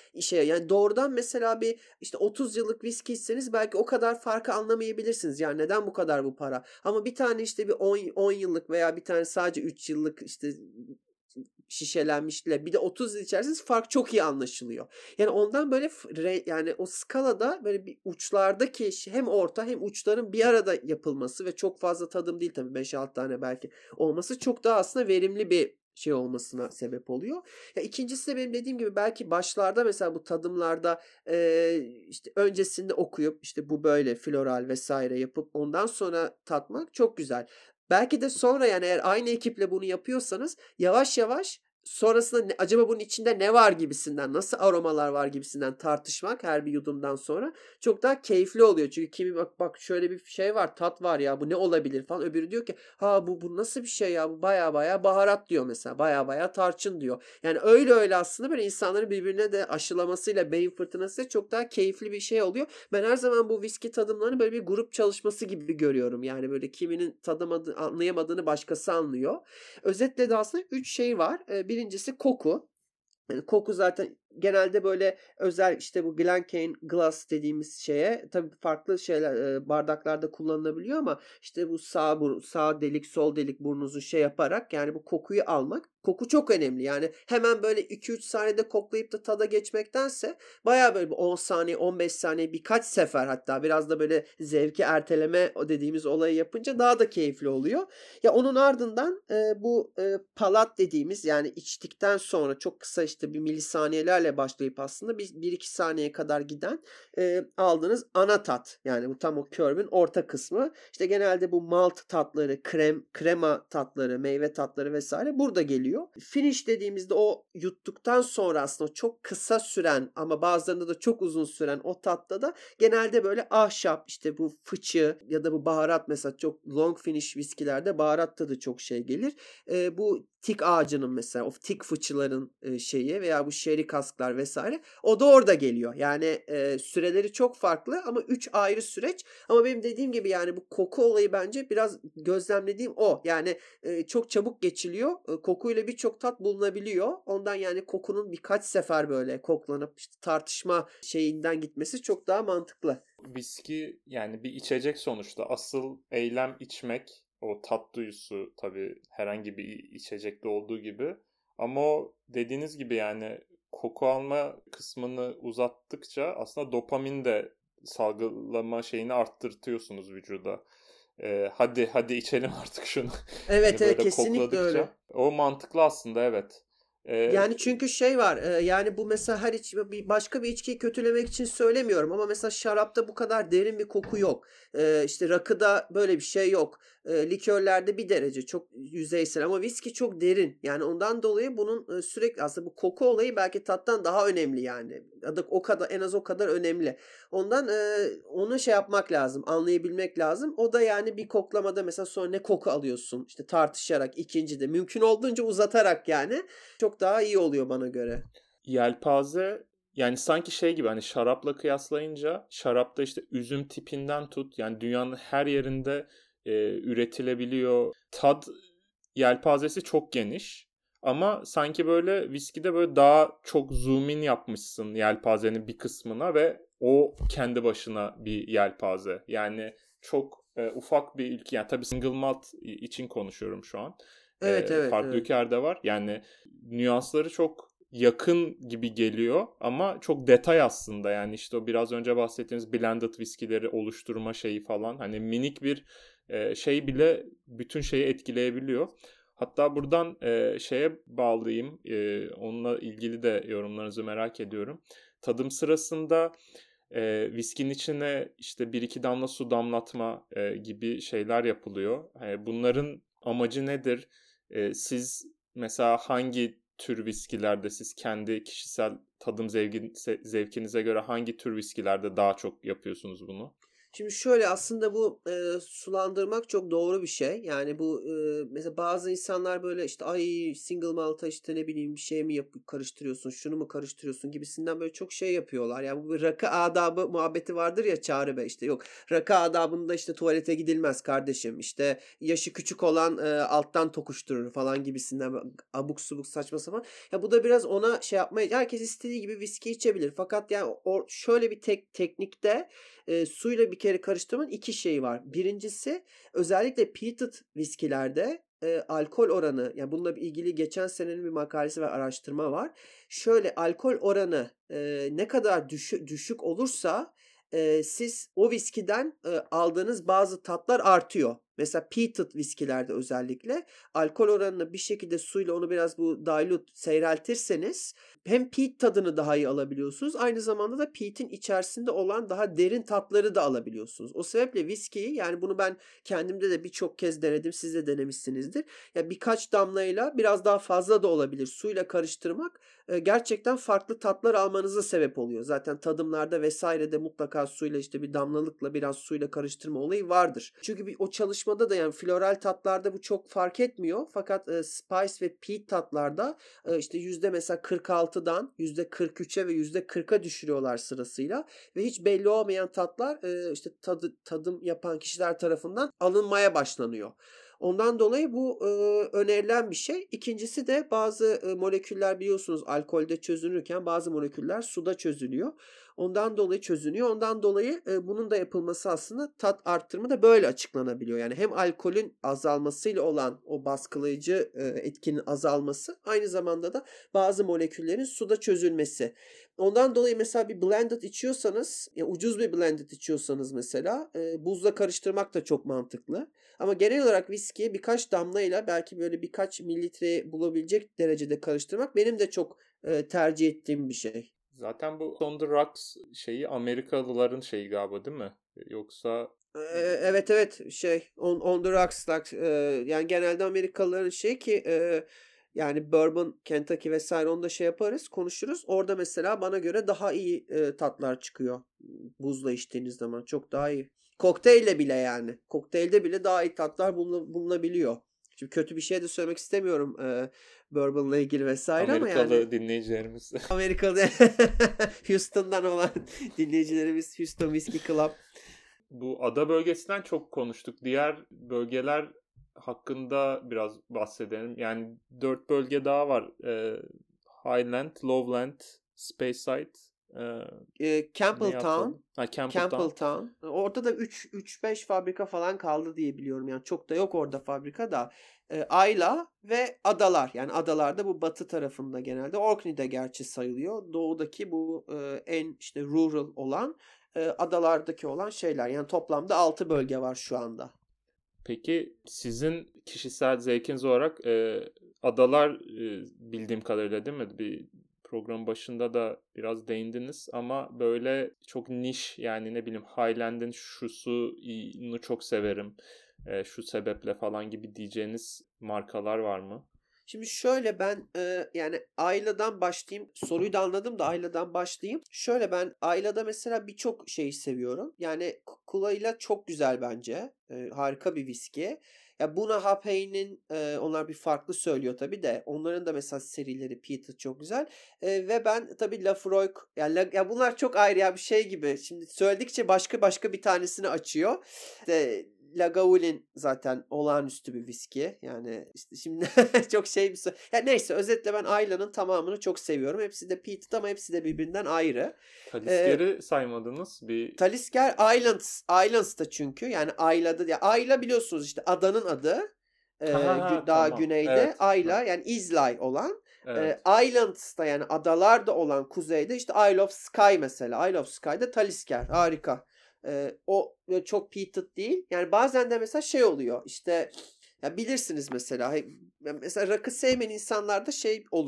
şey yani doğrudan mesela bir işte otuz yıllık viski içseniz belki o kadar farkı anlamayabilirsiniz. Yani neden bu kadar bu para? Ama bir tane işte bir on on yıllık veya bir tane sadece üç yıllık işte şişelenmişle bir de otuz yıl içerisinde fark çok iyi anlaşılıyor. Yani ondan böyle yani o skalada böyle bir uçlardaki hem orta hem uçların bir arada yapılması ve çok fazla tadım değil tabii beş altı tane belki olması çok daha aslında verimli bir şey olmasına sebep oluyor. Ya ikincisi de benim dediğim gibi belki başlarda mesela bu tadımlarda e, işte öncesinde okuyup işte bu böyle floral vesaire yapıp ondan sonra tatmak çok güzel. Belki de sonra yani eğer aynı ekiple bunu yapıyorsanız yavaş yavaş sonrasında ne, acaba bunun içinde ne var gibisinden, nasıl aromalar var gibisinden tartışmak her bir yudumdan sonra çok daha keyifli oluyor. Çünkü kimi bak bak şöyle bir şey var, tat var ya bu ne olabilir falan. Öbürü diyor ki ha bu bu nasıl bir şey ya bu baya baya baharat diyor mesela. Baya baya tarçın diyor. Yani öyle öyle aslında böyle insanların birbirine de aşılamasıyla beyin fırtınası çok daha keyifli bir şey oluyor. Ben her zaman bu viski tadımlarını böyle bir grup çalışması gibi görüyorum. Yani böyle kiminin tadamadı, anlayamadığını başkası anlıyor. Özetle de aslında üç şey var. Ee, Birincisi koku. Yani koku zaten genelde böyle özel işte bu Glencairn Glass dediğimiz şeye tabii farklı şeyler e, bardaklarda kullanılabiliyor ama işte bu sağ bur- sağ delik sol delik burnunuzu şey yaparak yani bu kokuyu almak koku çok önemli. Yani hemen böyle iki üç saniyede koklayıp da tada geçmektense bayağı böyle on saniye on beş saniye birkaç sefer hatta biraz da böyle zevki erteleme o dediğimiz olayı yapınca daha da keyifli oluyor. Ya onun ardından e, bu e, palat dediğimiz yani içtikten sonra çok kısa işte bir milisaniyelerle başlayıp aslında bir, bir iki saniye kadar giden e, aldığınız ana tat. Yani bu tam o körbün orta kısmı. İşte genelde bu malt tatları, krem, krema tatları, meyve tatları vesaire burada geliyor. Finish dediğimizde o yuttuktan sonra aslında çok kısa süren ama bazılarında da çok uzun süren o tatta da genelde böyle ahşap işte bu fıçı ya da bu baharat mesela çok long finish viskilerde baharat tadı çok şey gelir. E, bu tik ağacının mesela o tik fıçıların e, şeyi veya bu sherry kasklar vesaire o da orada geliyor. Yani e, süreleri çok farklı ama üç ayrı süreç ama benim dediğim gibi yani bu koku olayı bence biraz gözlemlediğim o. Yani e, çok çabuk geçiliyor. E, kokuyla birçok tat bulunabiliyor. Ondan yani kokunun birkaç sefer böyle koklanıp işte tartışma şeyinden gitmesi çok daha mantıklı. Viski yani bir içecek sonuçta. Asıl eylem içmek. O tat duyusu tabii herhangi bir içecekte olduğu gibi. Ama o dediğiniz gibi yani koku alma kısmını uzattıkça aslında dopamin de salgılama şeyini arttırtıyorsunuz vücuda. Ee, hadi hadi içelim artık şunu. Evet, Hani evet böyle kesinlikle öyle. kokladıkça. O mantıklı aslında, evet. Ee, Yani çünkü şey var e, yani bu mesela her iç, bir başka bir içkiyi kötülemek için söylemiyorum ama mesela şarapta bu kadar derin bir koku yok. E, işte rakıda böyle bir şey yok. E, likörlerde bir derece çok yüzeysel ama viski çok derin. Yani ondan dolayı bunun e, sürekli aslında bu koku olayı belki tattan daha önemli yani. Ya da o kadar en az o kadar önemli. Ondan e, onu şey yapmak lazım, anlayabilmek lazım. O da yani bir koklamada mesela sonra ne koku alıyorsun? İşte tartışarak ikincide mümkün olduğunca uzatarak yani çok daha iyi oluyor bana göre. Yelpaze yani sanki şey gibi hani şarapla kıyaslayınca şarapta işte üzüm tipinden tut yani dünyanın her yerinde e, üretilebiliyor. Tad yelpazesi çok geniş ama sanki böyle viskide böyle daha çok zoom in yapmışsın yelpazenin bir kısmına ve o kendi başına bir yelpaze. Yani çok e, ufak bir ülke yani tabii single malt için konuşuyorum şu an. Evet, E, evet, farklı evet. ülkelerde var. Yani nüansları çok yakın gibi geliyor ama çok detay aslında yani işte o biraz önce bahsettiğimiz blended viskileri oluşturma şeyi falan hani minik bir e, şey bile bütün şeyi etkileyebiliyor. Hatta buradan e, şeye bağlayayım, e, onunla ilgili de yorumlarınızı merak ediyorum. Tadım sırasında e, viskinin içine işte bir iki damla su damlatma e, gibi şeyler yapılıyor. E, bunların amacı nedir? E, siz mesela hangi tür viskilerde siz kendi kişisel tadım zevkin, zevkinize göre hangi tür viskilerde daha çok yapıyorsunuz bunu? Şimdi şöyle aslında bu e, sulandırmak çok doğru bir şey. Yani bu e, mesela bazı insanlar böyle işte ay single malt'a işte ne bileyim bir şey mi yapıp karıştırıyorsun, şunu mu karıştırıyorsun gibisinden böyle çok şey yapıyorlar. Yani bu bir rakı adabı muhabbeti vardır ya Çağrı Bey işte yok rakı adabında işte tuvalete gidilmez kardeşim. İşte yaşı küçük olan e, alttan tokuşturur falan gibisinden böyle abuk subuk saçma sapan. Ya bu da biraz ona şey yapmaya herkes istediği gibi viski içebilir. Fakat yani o, şöyle bir tek teknikte e, suyla bir kere karıştırmanın iki şeyi var. Birincisi özellikle peated viskilerde e, alkol oranı yani bununla ilgili geçen senenin bir makalesi ve araştırma var. Şöyle alkol oranı e, ne kadar düşü, düşük olursa e, siz o viskiden e, aldığınız bazı tatlar artıyor. Mesela peated viskilerde özellikle alkol oranını bir şekilde suyla onu biraz bu dilute seyreltirseniz hem peat tadını daha iyi alabiliyorsunuz. Aynı zamanda da peat'in içerisinde olan daha derin tatları da alabiliyorsunuz. O sebeple viskiyi yani bunu ben kendimde de birçok kez denedim. Siz de denemişsinizdir. Ya birkaç damlayla biraz daha fazla da olabilir. Suyla karıştırmak e, gerçekten farklı tatlar almanıza sebep oluyor. Zaten tadımlarda vesairede mutlaka suyla işte bir damlalıkla biraz suyla karıştırma olayı vardır. Çünkü bir, o çalışmada da yani floral tatlarda bu çok fark etmiyor. Fakat e, spice ve peat tatlarda e, işte yüzde mesela kırk altıdan yüzde kırk üçe ve yüzde kırka düşürüyorlar sırasıyla ve hiç belli olmayan tatlar e, işte tadı, tadım yapan kişiler tarafından alınmaya başlanıyor. Ondan dolayı bu e, önerilen bir şey. İkincisi de bazı e, moleküller biliyorsunuz alkolde çözünürken bazı moleküller suda çözülüyor. Ondan dolayı çözünüyor. Ondan dolayı e, bunun da yapılması aslında tat arttırımı da böyle açıklanabiliyor. Yani hem alkolün azalmasıyla olan o baskılayıcı e, etkinin azalması aynı zamanda da bazı moleküllerin suda çözülmesi. Ondan dolayı mesela bir blended içiyorsanız, ya ucuz bir blended içiyorsanız mesela e, buzla karıştırmak da çok mantıklı. Ama genel olarak viskiyi birkaç damlayla belki böyle birkaç mililitre bulabilecek derecede karıştırmak benim de çok e, tercih ettiğim bir şey. Zaten bu On The Rocks şeyi Amerikalıların şeyi galiba değil mi? Yoksa Ee, Evet evet şey on, on the rocks like, e, yani genelde Amerikalıların şey ki e, yani bourbon, Kentucky vesaire onda şey yaparız konuşuruz. Orada mesela bana göre daha iyi e, tatlar çıkıyor. Buzla içtiğiniz zaman çok daha iyi. Kokteyle bile yani. Kokteylde bile daha iyi tatlar buluna- bulunabiliyor. Şimdi kötü bir şey de söylemek istemiyorum e, bourbonla ilgili vesaire ama yani Amerikalı dinleyicilerimiz. Amerika'da Houston'dan olan dinleyicilerimiz Houston Whiskey Club. Bu ada bölgesinden çok konuştuk. Diğer bölgeler hakkında biraz bahsedelim. Yani dört bölge daha var. Ee, Highland, Lowland, Speyside. Ee, E, ne Campbelltown, atladım? Ha, Campbelltown. Campbelltown. Orada da üç üç beş fabrika falan kaldı diye biliyorum. Yani çok da yok orada fabrika da. E, Ayla ve adalar. Yani adalarda bu batı tarafında genelde. Orkney'de gerçi sayılıyor. Doğudaki bu e, en işte rural olan e, adalardaki olan şeyler. Yani toplamda altı bölge var şu anda. Peki sizin kişisel zevkiniz olarak e, adalar e, bildiğim kadarıyla değil mi? Bir program başında da biraz değindiniz ama böyle çok niş yani ne bileyim Highland'in şusunu çok severim. E, şu sebeple falan gibi diyeceğiniz markalar var mı? Şimdi şöyle ben e, yani Ayla'dan başlayayım. Soruyu da anladım da Ayla'dan başlayayım. Şöyle ben Ayla'da mesela birçok şeyi seviyorum. Yani Kula'yla çok güzel bence. E, harika bir viski. Ya Buna Hapey'nin e, onlar bir farklı söylüyor tabii de. Onların da mesela serileri Peter çok güzel. E, ve ben tabii Lafroig yani La- ya bunlar çok ayrı ya bir şey gibi. Şimdi söyledikçe başka başka bir tanesini açıyor. İşte Lagavulin zaten olağanüstü bir viski. Yani işte şimdi çok şey bir sö- ya neyse özetle ben Ayla'nın tamamını çok seviyorum. Hepsi de peated ama hepsi de birbirinden ayrı. Ee, Talisker'i saymadınız. Bir Talisker Islands Islands'ta çünkü yani Ayla'da ya Ayla biliyorsunuz işte adanın adı. Ee, ha ha ha gü- daha tamam. güneyde Evet. Ha, Ayla yani Islay olan. Ee, evet. Islands'ta yani adalarda olan kuzeyde işte Isle of Skye mesela. Isle of Skye'da Talisker. Harika. Ee, o böyle çok peated değil. Yani bazen de mesela şey oluyor. İşte ya bilirsiniz mesela. Mesela rakı sevmeyen insanlarda şey olur.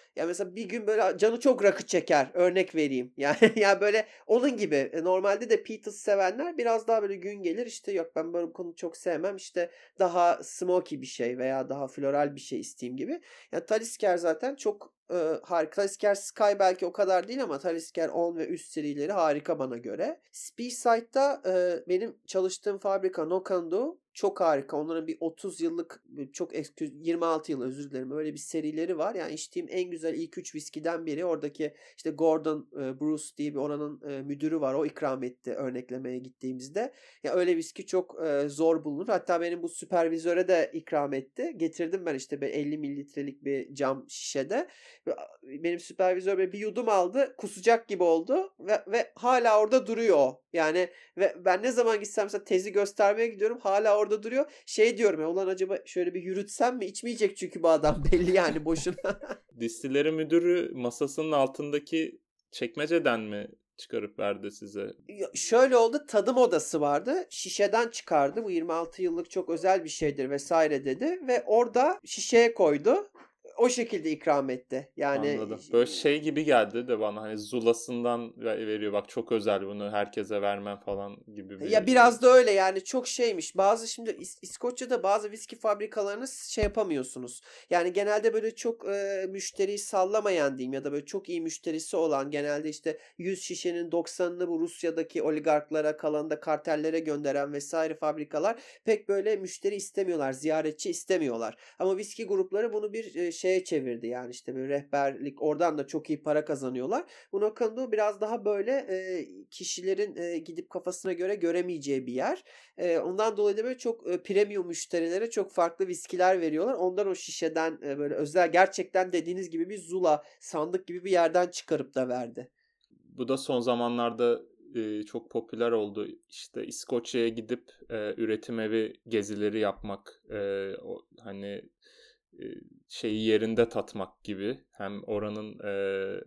Ya mesela bir gün böyle canı çok rakı çeker. Örnek vereyim. Yani ya böyle onun gibi. E, Normalde de Beatles sevenler biraz daha böyle gün gelir işte yok ben böyle bu konuyu çok sevmem. İşte daha smoky bir şey veya daha floral bir şey isteyeyim gibi. Ya Talisker zaten çok e, harika. Talisker Sky belki o kadar değil ama Talisker on ve üst serileri harika bana göre. Speyside e, benim çalıştığım fabrika No Can Do çok harika. Onların bir otuz yıllık çok eski yirmi altı yıl özür dilerim. Öyle bir serileri var. Yani içtiğim en güzel ilk üç viskiden biri. Oradaki işte Gordon e, Bruce diye bir oranın e, müdürü var. O ikram etti örneklemeye gittiğimizde. Ya öyle viski çok e, zor bulunur. Hatta benim bu süpervizöre de ikram etti. Getirdim ben işte elli mililitrelik bir cam şişede. Benim süpervizör böyle bir yudum aldı. Kusacak gibi oldu ve, ve hala orada duruyor o. Yani ve ben ne zaman gitsem mesela tezi göstermeye gidiyorum hala orada duruyor. Şey diyorum ya ulan acaba şöyle bir yürütsem mi? İçmeyecek çünkü bu adam belli yani boşuna. Distillery müdürü masasının altındaki çekmeceden mi çıkarıp verdi size? Ya şöyle oldu tadım odası vardı. Şişeden çıkardı. Bu yirmi altı yıllık çok özel bir şeydir vesaire dedi. Ve orada şişeye koydu. O şekilde ikram etti. Yani Anladım. Böyle şey gibi geldi de bana hani zulasından ve- veriyor bak çok özel bunu herkese vermem falan gibi ya bir biraz da öyle yani çok şeymiş. Bazı şimdi İs- İskoçya'da bazı viski fabrikalarını şey yapamıyorsunuz. Yani genelde böyle çok e, müşteriyi sallamayan diyeyim ya da böyle çok iyi müşterisi olan genelde işte yüz şişenin doksanını bu Rusya'daki oligarklara kalanı da kartellere gönderen vesaire fabrikalar pek böyle müşteri istemiyorlar. Ziyaretçi istemiyorlar. Ama viski grupları bunu bir e, şeye çevirdi. Yani işte böyle rehberlik oradan da çok iyi para kazanıyorlar. Bu Nakando biraz daha böyle e, kişilerin e, gidip kafasına göre göremeyeceği bir yer. E, ondan dolayı da böyle çok e, premium müşterilere çok farklı viskiler veriyorlar. Ondan o şişeden e, böyle özel gerçekten dediğiniz gibi bir zula sandık gibi bir yerden çıkarıp da verdi. Bu da son zamanlarda e, çok popüler oldu. İşte İskoçya'ya gidip e, üretim evi gezileri yapmak, e, o, hani e, şeyi yerinde tatmak gibi. Hem oranın e,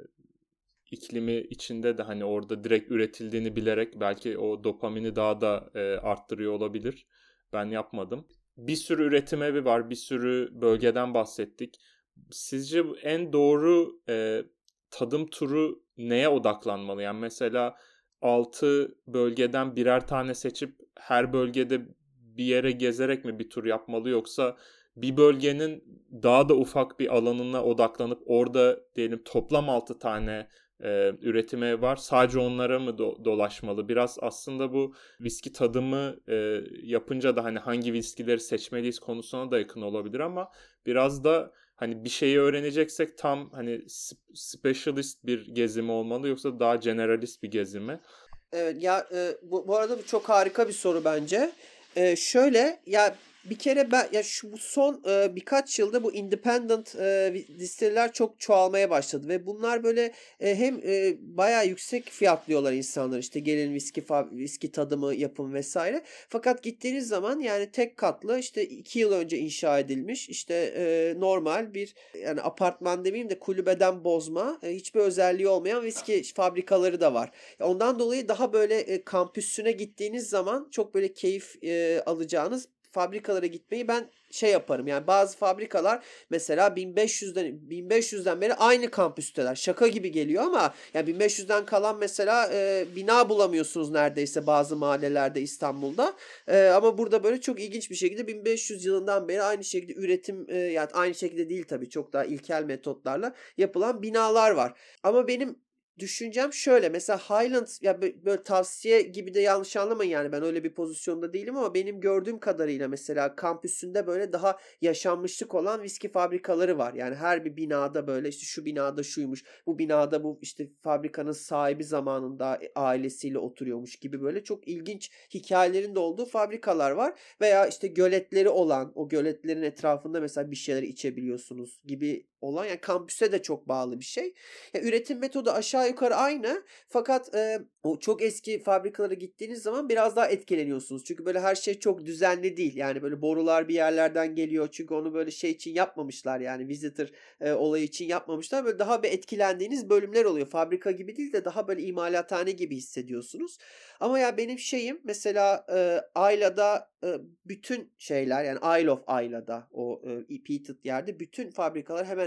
iklimi içinde de hani orada direkt üretildiğini bilerek belki o dopamini daha da e, arttırıyor olabilir. Ben yapmadım. Bir sürü üretim evi var, bir sürü bölgeden bahsettik. Sizce en doğru e, tadım turu neye odaklanmalı? Yani mesela altı bölgeden birer tane seçip her bölgede bir yere gezerek mi bir tur yapmalı yoksa bir bölgenin daha da ufak bir alanına odaklanıp orada diyelim toplam altı tane e, üretim evi var. Sadece onlara mı do- dolaşmalı? Biraz aslında bu viski tadımı e, yapınca da hani hangi viskileri seçmeliyiz konusuna da yakın olabilir ama biraz da hani bir şeyi öğreneceksek tam hani specialist bir gezi mi olmalı yoksa daha generalist bir gezi mi? Evet ya e, bu, bu arada bu çok harika bir soru bence. E, şöyle ya bir kere ben ya şu bu son e, birkaç yılda bu independent e, distilleler çok çoğalmaya başladı ve bunlar böyle e, hem e, bayağı yüksek fiyatlıyorlar insanlar işte gelin viski fa- viski tadımı yapın vesaire. Fakat gittiğiniz zaman yani tek katlı işte iki yıl önce inşa edilmiş işte e, normal bir yani apartman demeyeyim de kulübeden bozma e, hiçbir özelliği olmayan viski fabrikaları da var. Ondan dolayı daha böyle e, kampüsüne gittiğiniz zaman çok böyle keyif e, alacağınız fabrikalara gitmeyi ben şey yaparım. Yani bazı fabrikalar mesela bin beş yüzden bin beş yüzden beri aynı kampüsteler. Şaka gibi geliyor ama yani bin beş yüzden kalan mesela e, bina bulamıyorsunuz neredeyse bazı mahallelerde İstanbul'da. E, ama burada böyle çok ilginç bir şekilde bin beş yüz yılından beri aynı şekilde üretim e, yani aynı şekilde değil tabii çok daha ilkel metotlarla yapılan binalar var. Ama benim düşüncem şöyle mesela Highland ya bö- böyle tavsiye gibi de yanlış anlamayın yani ben öyle bir pozisyonda değilim ama benim gördüğüm kadarıyla mesela kampüsünde böyle daha yaşanmışlık olan viski fabrikaları var. Yani her bir binada böyle işte şu binada şuymuş, bu binada bu işte fabrikanın sahibi zamanında ailesiyle oturuyormuş gibi böyle çok ilginç hikayelerin de olduğu fabrikalar var. Veya işte göletleri olan o göletlerin etrafında mesela bir şeyler içebiliyorsunuz gibi olan yani kampüse de çok bağlı bir şey. Ya, üretim metodu aşağı yukarı aynı fakat e, o çok eski fabrikalara gittiğiniz zaman biraz daha etkileniyorsunuz. Çünkü böyle her şey çok düzenli değil. Yani böyle borular bir yerlerden geliyor. Çünkü onu böyle şey için yapmamışlar yani visitor e, olayı için yapmamışlar. Böyle daha bir etkilendiğiniz bölümler oluyor. Fabrika gibi değil de daha böyle imalathane gibi hissediyorsunuz. Ama ya benim şeyim mesela e, Ayla'da e, bütün şeyler yani Isle of Isla'da o e, Peated yerde bütün fabrikalar hemen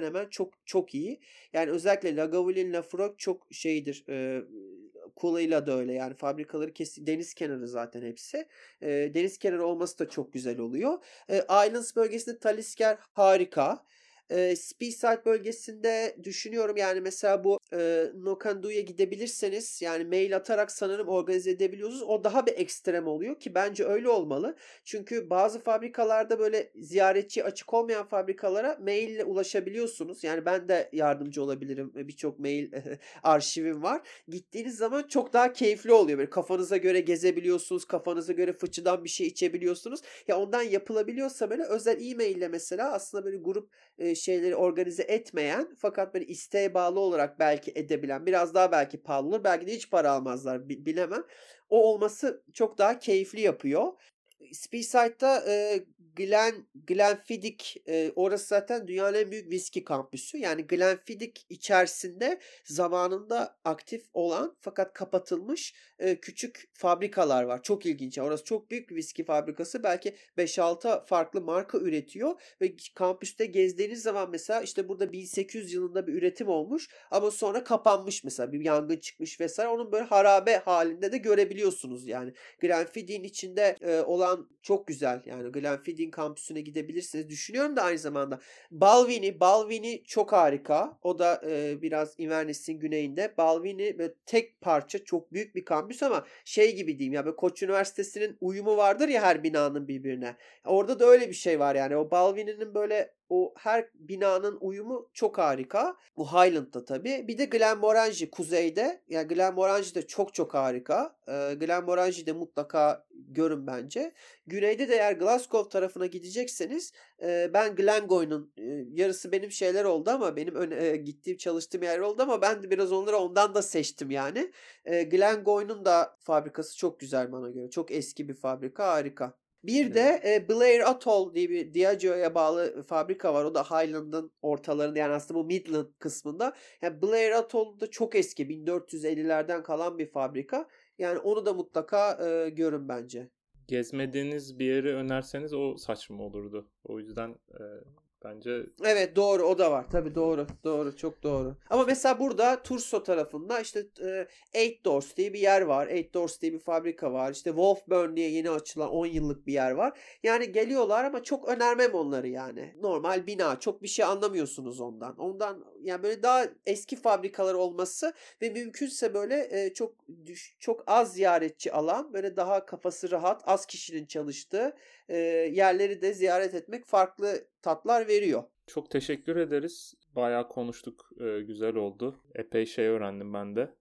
hemen çok çok iyi. Yani özellikle Lagavulin, Laphroaig çok şeydir. E, Kula'yla da öyle yani fabrikaları kesin deniz kenarı zaten hepsi. E, deniz kenarı olması da çok güzel oluyor. E, Islands bölgesinde Talisker harika. E, Speyside bölgesinde düşünüyorum yani mesela bu e, Nokandu'ya gidebilirseniz yani mail atarak sanırım organize edebiliyorsunuz. O daha bir ekstrem oluyor ki bence öyle olmalı. Çünkü bazı fabrikalarda böyle ziyaretçi açık olmayan fabrikalara mail ile ulaşabiliyorsunuz. Yani ben de yardımcı olabilirim. Birçok mail arşivim var. Gittiğiniz zaman çok daha keyifli oluyor. Böyle kafanıza göre gezebiliyorsunuz. Kafanıza göre fıçıdan bir şey içebiliyorsunuz. Ya ondan yapılabiliyorsa böyle özel e-mail ile mesela aslında böyle grup e, şeyleri organize etmeyen fakat böyle isteğe bağlı olarak belki edebilen biraz daha belki pahalı olur. Belki de hiç para almazlar bilemem. O olması çok daha keyifli yapıyor. Speyside'da e, Glen, Glenfiddich e, orası zaten dünyanın en büyük viski kampüsü. Yani Glenfiddich içerisinde zamanında aktif olan fakat kapatılmış e, küçük fabrikalar var. Çok ilginç. Orası çok büyük bir viski fabrikası. Belki beş altı farklı marka üretiyor ve kampüste gezdiğiniz zaman mesela işte burada bin sekiz yüz yılında bir üretim olmuş ama sonra kapanmış mesela bir yangın çıkmış vesaire. Onun böyle harabe halinde de görebiliyorsunuz yani. Glenfiddich'in içinde e, olan çok güzel. Yani Glenfiddich kampüsüne gidebilirsiniz. Düşünüyorum da aynı zamanda. Balvenie, Balvenie çok harika. O da e, biraz Inverness'in güneyinde. Balvenie böyle tek parça çok büyük bir kampüs ama şey gibi diyeyim ya böyle Koç Üniversitesi'nin uyumu vardır ya her binanın birbirine. Orada da öyle bir şey var yani. O Balvenie'nin böyle o her binanın uyumu çok harika. Bu Highland'da tabii. Bir de Glenmorangie kuzeyde. Yani Glenmorangie de çok çok harika. Ee, Glenmorangie de mutlaka görün bence. Güneyde de eğer Glasgow tarafına gidecekseniz e, ben Glengoyne'un e, yarısı benim şeyler oldu ama benim öne, e, gittiğim çalıştığım yer oldu ama ben de biraz onları ondan da seçtim yani. E, Glengoyne'un da fabrikası çok güzel bana göre. Çok eski bir fabrika, harika. Bir de e, Blair Atoll diye bir Diageo'ya bağlı fabrika var. O da Highland'ın ortalarında yani aslında bu Midland kısmında. Yani Blair Atoll da çok eski bin dört yüz ellilerden kalan bir fabrika. Yani onu da mutlaka e, görün bence. Gezmediğiniz bir yeri önerseniz o saçma olurdu. O yüzden e, bence... Evet doğru o da var. Tabii doğru. Doğru. Çok doğru. Ama mesela burada Turso tarafında işte e, Eight Doors diye bir yer var. Eight Doors diye bir fabrika var. İşte Wolfburn diye yeni açılan on yıllık bir yer var. Yani geliyorlar ama çok önermem onları yani. Normal bina. Çok bir şey anlamıyorsunuz ondan. Ondan yani böyle daha eski fabrikalar olması ve mümkünse böyle e, çok düş, çok az ziyaretçi alan böyle daha kafası rahat az kişinin çalıştığı e, yerleri de ziyaret etmek farklı tatlar veriyor. Çok teşekkür ederiz. Bayağı konuştuk. Ee, güzel oldu. Epey şey öğrendim ben de.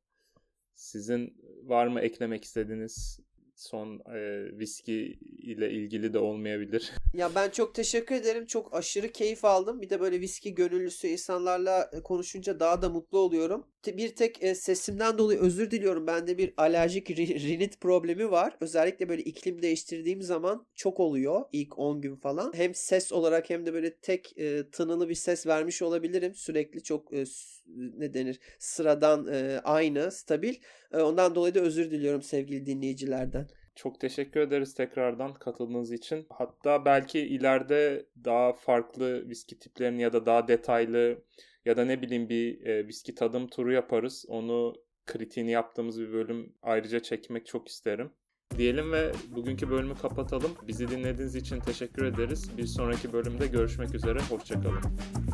Sizin var mı eklemek istediğiniz son e, viski ile ilgili de olmayabilir. Ya ben çok teşekkür ederim. Çok aşırı keyif aldım. Bir de böyle viski gönüllüsü insanlarla konuşunca daha da mutlu oluyorum. Bir tek e, sesimden dolayı özür diliyorum. Bende bir alerjik rinit problemi var. Özellikle böyle iklim değiştirdiğim zaman çok oluyor. İlk on gün falan. Hem ses olarak hem de böyle tek e, tınılı bir ses vermiş olabilirim. Sürekli çok e, ne denir? Sıradan e, aynı, stabil. E, ondan dolayı da özür diliyorum sevgili dinleyicilerden. Çok teşekkür ederiz tekrardan katıldığınız için. Hatta belki ileride daha farklı viski tiplerini ya da daha detaylı ya da ne bileyim bir e, viski tadım turu yaparız. Onu kritiğini yaptığımız bir bölüm ayrıca çekmek çok isterim. Diyelim ve bugünkü bölümü kapatalım. Bizi dinlediğiniz için teşekkür ederiz. Bir sonraki bölümde görüşmek üzere. Hoşça kalın.